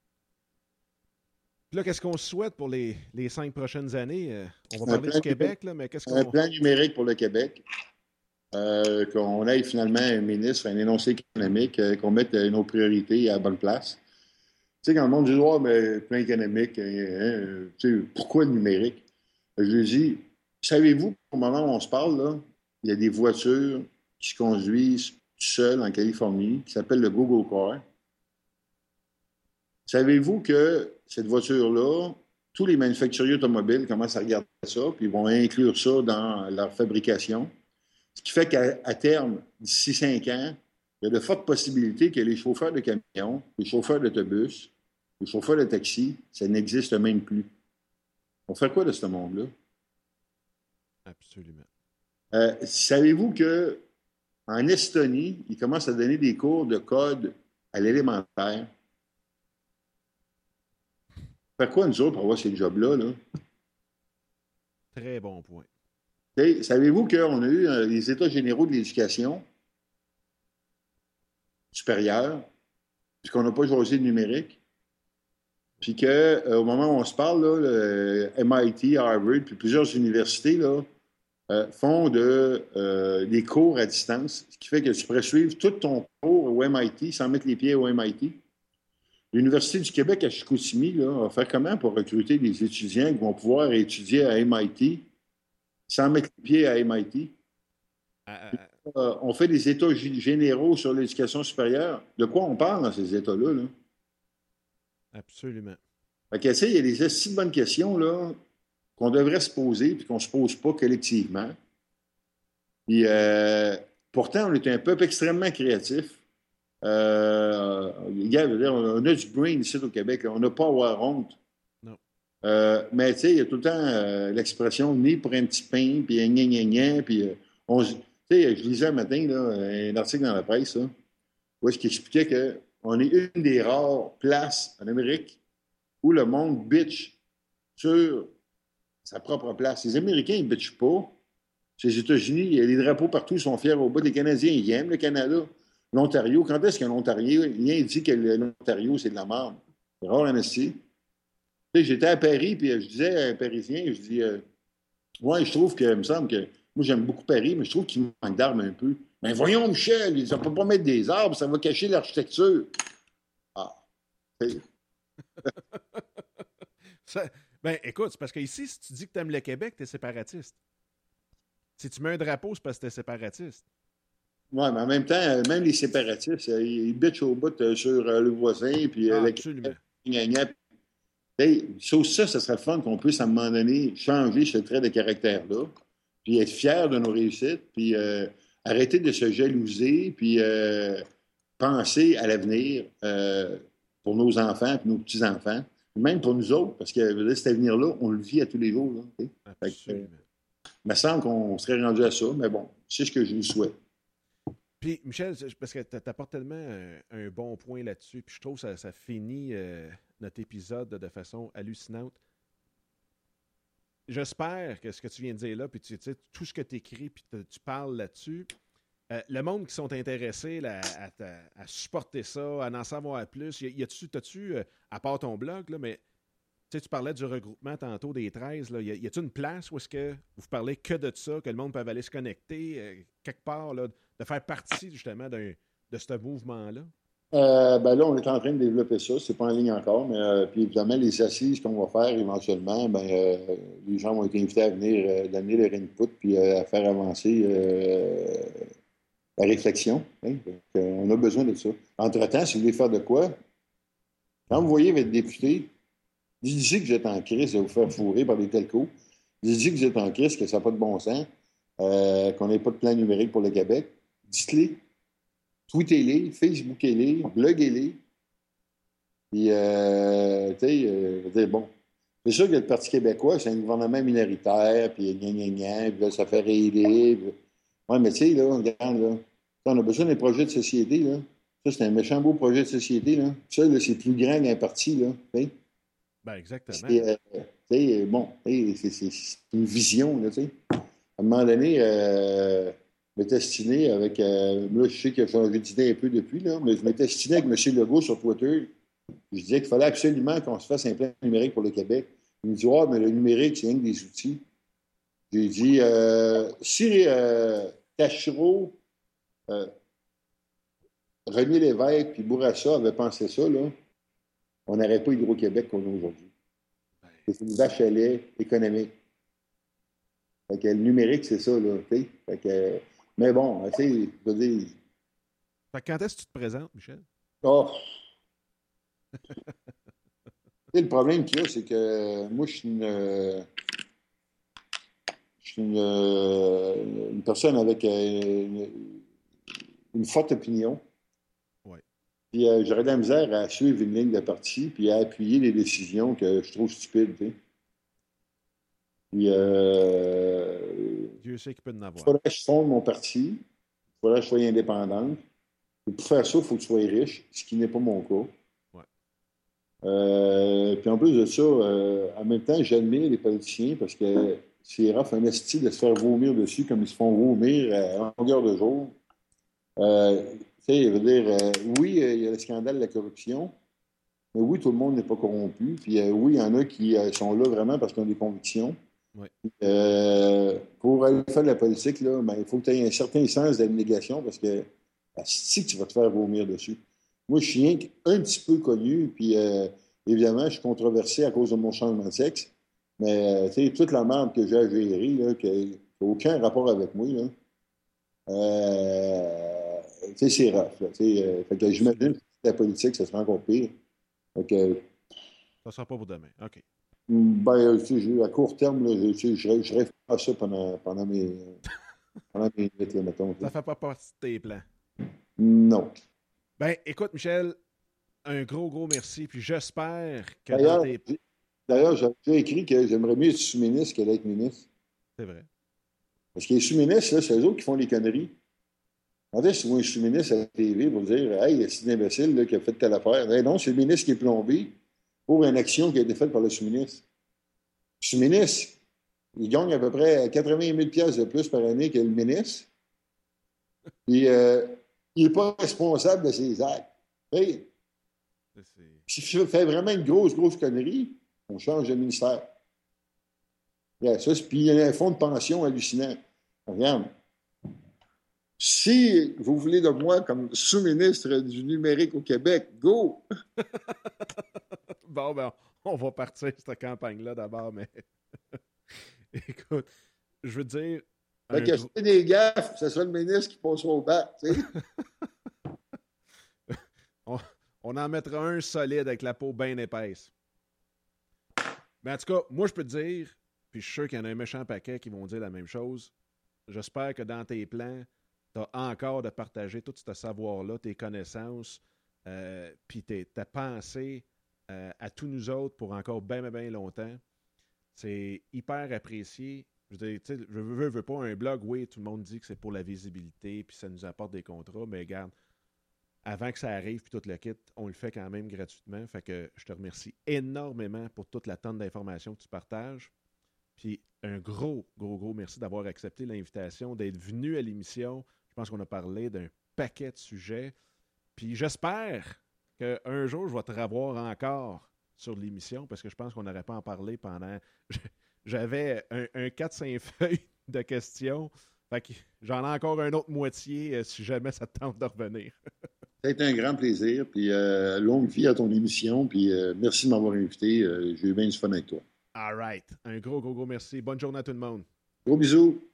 Puis là, qu'est-ce qu'on souhaite pour les, les cinq prochaines années? Euh, on va parler du Québec, là, mais qu'est-ce qu'on... Un plan numérique pour le Québec. euh, qu'on ait finalement un ministre, un énoncé économique, euh, qu'on mette euh, nos priorités à la bonne place. Tu sais, quand le monde dit, oh, mais plan économique, hein, hein, tu sais, pourquoi le numérique? Je lui dis, savez-vous qu'au moment où on se parle, là, il y a des voitures qui se conduisent seules en Californie, qui s'appellent le Google Car. Savez-vous que cette voiture-là, tous les manufacturiers automobiles commencent à regarder ça, puis ils vont inclure ça dans leur fabrication. Ce qui fait qu'à à terme, d'ici cinq ans, il y a de fortes possibilités que les chauffeurs de camions, les chauffeurs d'autobus, les chauffeurs de taxi, ça n'existe même plus. On fait quoi de ce monde-là? Absolument. Euh, savez-vous qu'en Estonie, ils commencent à donner des cours de code à l'élémentaire? On fait quoi, nous autres, pour avoir ces jobs-là? Là? Très bon point. T'sais, savez-vous qu'on a eu euh, les États généraux de l'éducation supérieure, puis qu'on n'a pas choisi le numérique? Puis qu'au euh, moment où on se parle, là, le M I T, Harvard, puis plusieurs universités là, euh, font de, euh, des cours à distance, ce qui fait que tu pourrais suivre tout ton cours au M I T sans mettre les pieds au M I T. L'Université du Québec à Chicoutimi là, va faire comment pour recruter des étudiants qui vont pouvoir étudier à M I T sans mettre les pieds à M I T? Euh, Euh, on fait des états g- généraux sur l'éducation supérieure. De quoi on parle dans ces états-là? Là? absolument. Fait que, tu sais, il y a des assez bonnes questions là, qu'on devrait se poser puis qu'on ne se pose pas collectivement. Puis, euh, pourtant, on est un peuple extrêmement créatif. Euh, gars, je veux dire, on a du brain ici au Québec. On n'a pas à avoir honte. Non. Euh, mais tu sais, il y a tout le temps euh, l'expression né pour un petit pain, puis gna gna gna, puis euh, on se- tu sais, je lisais un matin là, un article dans la presse là, où est-ce qu'il expliquait qu'on est une des rares places en Amérique où le monde bitch sur sa propre place. Les Américains, ils ne bitchent pas. Les États-Unis, il y a des drapeaux partout, ils sont fiers au bout. Les Canadiens, ils aiment le Canada. L'Ontario, quand est-ce qu'un Ontario, il dit que l'Ontario, c'est de la merde? C'est rare, en esti. Tu sais, j'étais à Paris, puis je disais à un Parisien, je dis, euh, ouais, je trouve que, il me semble que, moi, j'aime beaucoup Paris, mais je trouve qu'il manque d'arbres un peu. Mais voyons, Michel, ça ne peut pas mettre des arbres, ça va cacher l'architecture. Ah, c'est- Ça- ben, écoute, c'est parce qu'ici, si tu dis que tu aimes le Québec, tu es séparatiste. Si tu mets un drapeau, c'est parce que tu es séparatiste. ouais, mais en même temps, euh, même les séparatistes, euh, ils bitchent au bout euh, sur euh, le voisin, puis euh, Ah, le absolument. gna gna. Hey, sauf ça, ça serait le fun qu'on puisse, à un moment donné, changer ce trait de caractère-là, puis être fier de nos réussites, puis euh, arrêter de se jalouser, puis euh, penser à l'avenir euh, pour nos enfants et nos petits-enfants, même pour nous autres, parce que je veux dire, cet avenir-là, on le vit à tous les jours. Là, tu sais. Fait que, euh, Absolument. il me semble qu'on serait rendu à ça, mais bon, c'est ce que je vous souhaite. Puis, Michel, c'est- parce que tu apportes tellement un, un bon point là-dessus, puis je trouve que ça, ça finit euh, notre épisode de façon hallucinante. J'espère que ce que tu viens de dire là, puis tu sais, tout ce que tu écris, puis te- tu parles là-dessus, euh, le monde qui sont intéressés là, à, à- à supporter ça, à en savoir plus, y, y a-tu, t'as-tu, euh, à part ton blog, là, mais tu sais, tu parlais du regroupement tantôt des treize, là, y, a- y a-tu une place où est-ce que vous parlez que de ça, que le monde peut aller se connecter, euh, quelque part, là, de faire partie justement d'un, de ce mouvement-là? Euh, ben là, on est en train de développer ça. C'est pas en ligne encore, mais euh, puis évidemment, les assises qu'on va faire éventuellement, ben, euh, les gens vont être invités à venir euh, donner leur input puis euh, à faire avancer euh, la réflexion. Hein. Donc, euh, on a besoin de ça. Entre-temps, si vous voulez faire de quoi, quand vous voyez votre député, dites-y que vous êtes en crise de vous faire fourrer par des telcos. Dites-y que vous êtes en crise, que ça n'a pas de bon sens, euh, qu'on n'ait pas de plan numérique pour le Québec. Dites-les. Tweetez-les, Facebookez-les, bloguez-les. Puis, euh, tu sais, euh, je veux dire, bon, c'est sûr que le Parti québécois, c'est un gouvernement minoritaire, puis gna gna gna, puis là, ça fait réélire. Puis... Ouais, mais tu sais, là, regarde, là, on a besoin d'un projet de société, là. Ça, c'est un méchant beau projet de société, là. Ça, là, c'est plus grand qu'un parti, là. Tu sais. Ben, exactement. C'est, euh, tu sais, bon, tu sais, c'est, c'est, c'est une vision, là, tu sais. À un moment donné, euh, je m'étais stiné avec, euh, là, je sais qu'il a changé d'idée un peu depuis, là, mais je m'étais stiné avec M. Legault sur Twitter. Je disais qu'il fallait absolument qu'on se fasse un plan numérique pour le Québec. Il me dit, ah, mais le numérique, c'est rien que des outils. J'ai dit, euh, si euh, Tachereau, euh, René Lévesque puis Bourassa avaient pensé ça, là, on n'aurait pas Hydro-Québec qu'on a aujourd'hui. C'est une vache à lait économique. Fait que le numérique, c'est ça, là. Fait que, mais bon, tu sais, je veux dire. Fait que quand est-ce que tu te présentes, Michel? Oh! Le problème qu'il y a, c'est que moi, je suis une, euh, je suis une, euh, une personne avec euh, une, une forte opinion. Ouais. Puis euh, j'aurais de la misère à suivre une ligne de parti puis à appuyer les décisions que je trouve stupides. Tu sais. Puis euh, Dieu sait qu'il peut en avoir. il faudrait que je fonde mon parti. Il faudrait que je sois indépendant. Et pour faire ça, il faut que tu sois riche, ce qui n'est pas mon cas. Ouais. Euh, puis en plus de ça, euh, en même temps, j'admire les politiciens parce que c'est rare un esti de se faire vomir dessus comme ils se font vomir à longueur de jour. Euh, tu sais, je veux dire, euh, oui, euh, il y a le scandale de la corruption, mais oui, tout le monde n'est pas corrompu. Puis euh, oui, il y en a qui euh, sont là vraiment parce qu'ils ont des convictions. Ouais. Euh, pour aller faire de la politique, là, ben, il faut que tu aies un certain sens d'abnégation parce que si tu vas te faire vomir dessus. Moi, je suis rien un petit peu connu, puis euh, évidemment, je suis controversé à cause de mon changement de sexe. Mais, tu sais, toute la merde que j'ai à gérer, là, qui n'a aucun rapport avec moi, là, euh, tu sais, c'est rough. Là, euh, fait que j'imagine que la politique, ça sera encore pire. Fait que, ça sera pas pour demain. OK. Ben, tu sais, à court terme, là, je, je, je, je rêve pas à ça pendant, pendant mes pendant mes minutes, là, mettons. Ça fait pas partie de tes plans. Non. Ben, écoute, Michel, un gros, gros merci. Puis j'espère que D'ailleurs, dans tes... D'ailleurs, j'ai déjà écrit que j'aimerais mieux être sous-ministre que d'être ministre. C'est vrai. Parce que les sous-ministres, là, c'est eux autres qui font les conneries. Quand est-ce que tu vois un sous-ministre à la T V pour dire « Hey, c'est un imbécile là, qui a fait telle affaire. » Hey, non, c'est le ministre qui est plombé pour une action qui a été faite par le sous-ministre. Le sous-ministre, il gagne à peu près quatre-vingt mille dollars de plus par année que le ministre. Puis, euh, il n'est pas responsable de ses actes. Hey, si tu fais vraiment une grosse, grosse connerie, on change de ministère. Yeah, ça, puis il y a un fonds de pension hallucinant. Regarde. Si vous voulez de moi comme sous-ministre du numérique au Québec, go! Bon, ben, on va partir cette campagne-là d'abord, mais écoute, je veux dire... Fait que gros... c'est des gaffes, c'est ça le ministre qui passera au bac, tu sais. on, on en mettra un solide avec la peau bien épaisse. Mais en tout cas, moi, je peux te dire, puis je suis sûr qu'il y en a un méchant paquet qui vont dire la même chose, j'espère que dans tes plans, tu as encore de partager tout ce savoir-là, tes connaissances, euh, puis ta pensée euh, à tous nous autres pour encore bien, bien, bien longtemps. C'est hyper apprécié. Je veux dire, tu sais, je veux, veux pas un blog, oui, tout le monde dit que c'est pour la visibilité, puis ça nous apporte des contrats, mais regarde, avant que ça arrive, puis tout le kit, on le fait quand même gratuitement. Fait que je te remercie énormément pour toute la tonne d'informations que tu partages. Puis un gros, gros, gros merci d'avoir accepté l'invitation, d'être venu à l'émission. Je pense qu'on a parlé d'un paquet de sujets. Puis j'espère qu'un jour, je vais te revoir encore sur l'émission, parce que je pense qu'on n'aurait pas en parlé pendant... J'avais un, un quatre cinq feuilles de questions. Fait que j'en ai encore un autre moitié euh, si jamais ça te tente de revenir. Ça a été un grand plaisir. Puis euh, longue vie à ton émission. Puis euh, merci de m'avoir invité. Euh, j'ai eu bien du fun avec toi. All right. Un gros, gros, gros merci. Bonne journée à tout le monde. Gros bisous.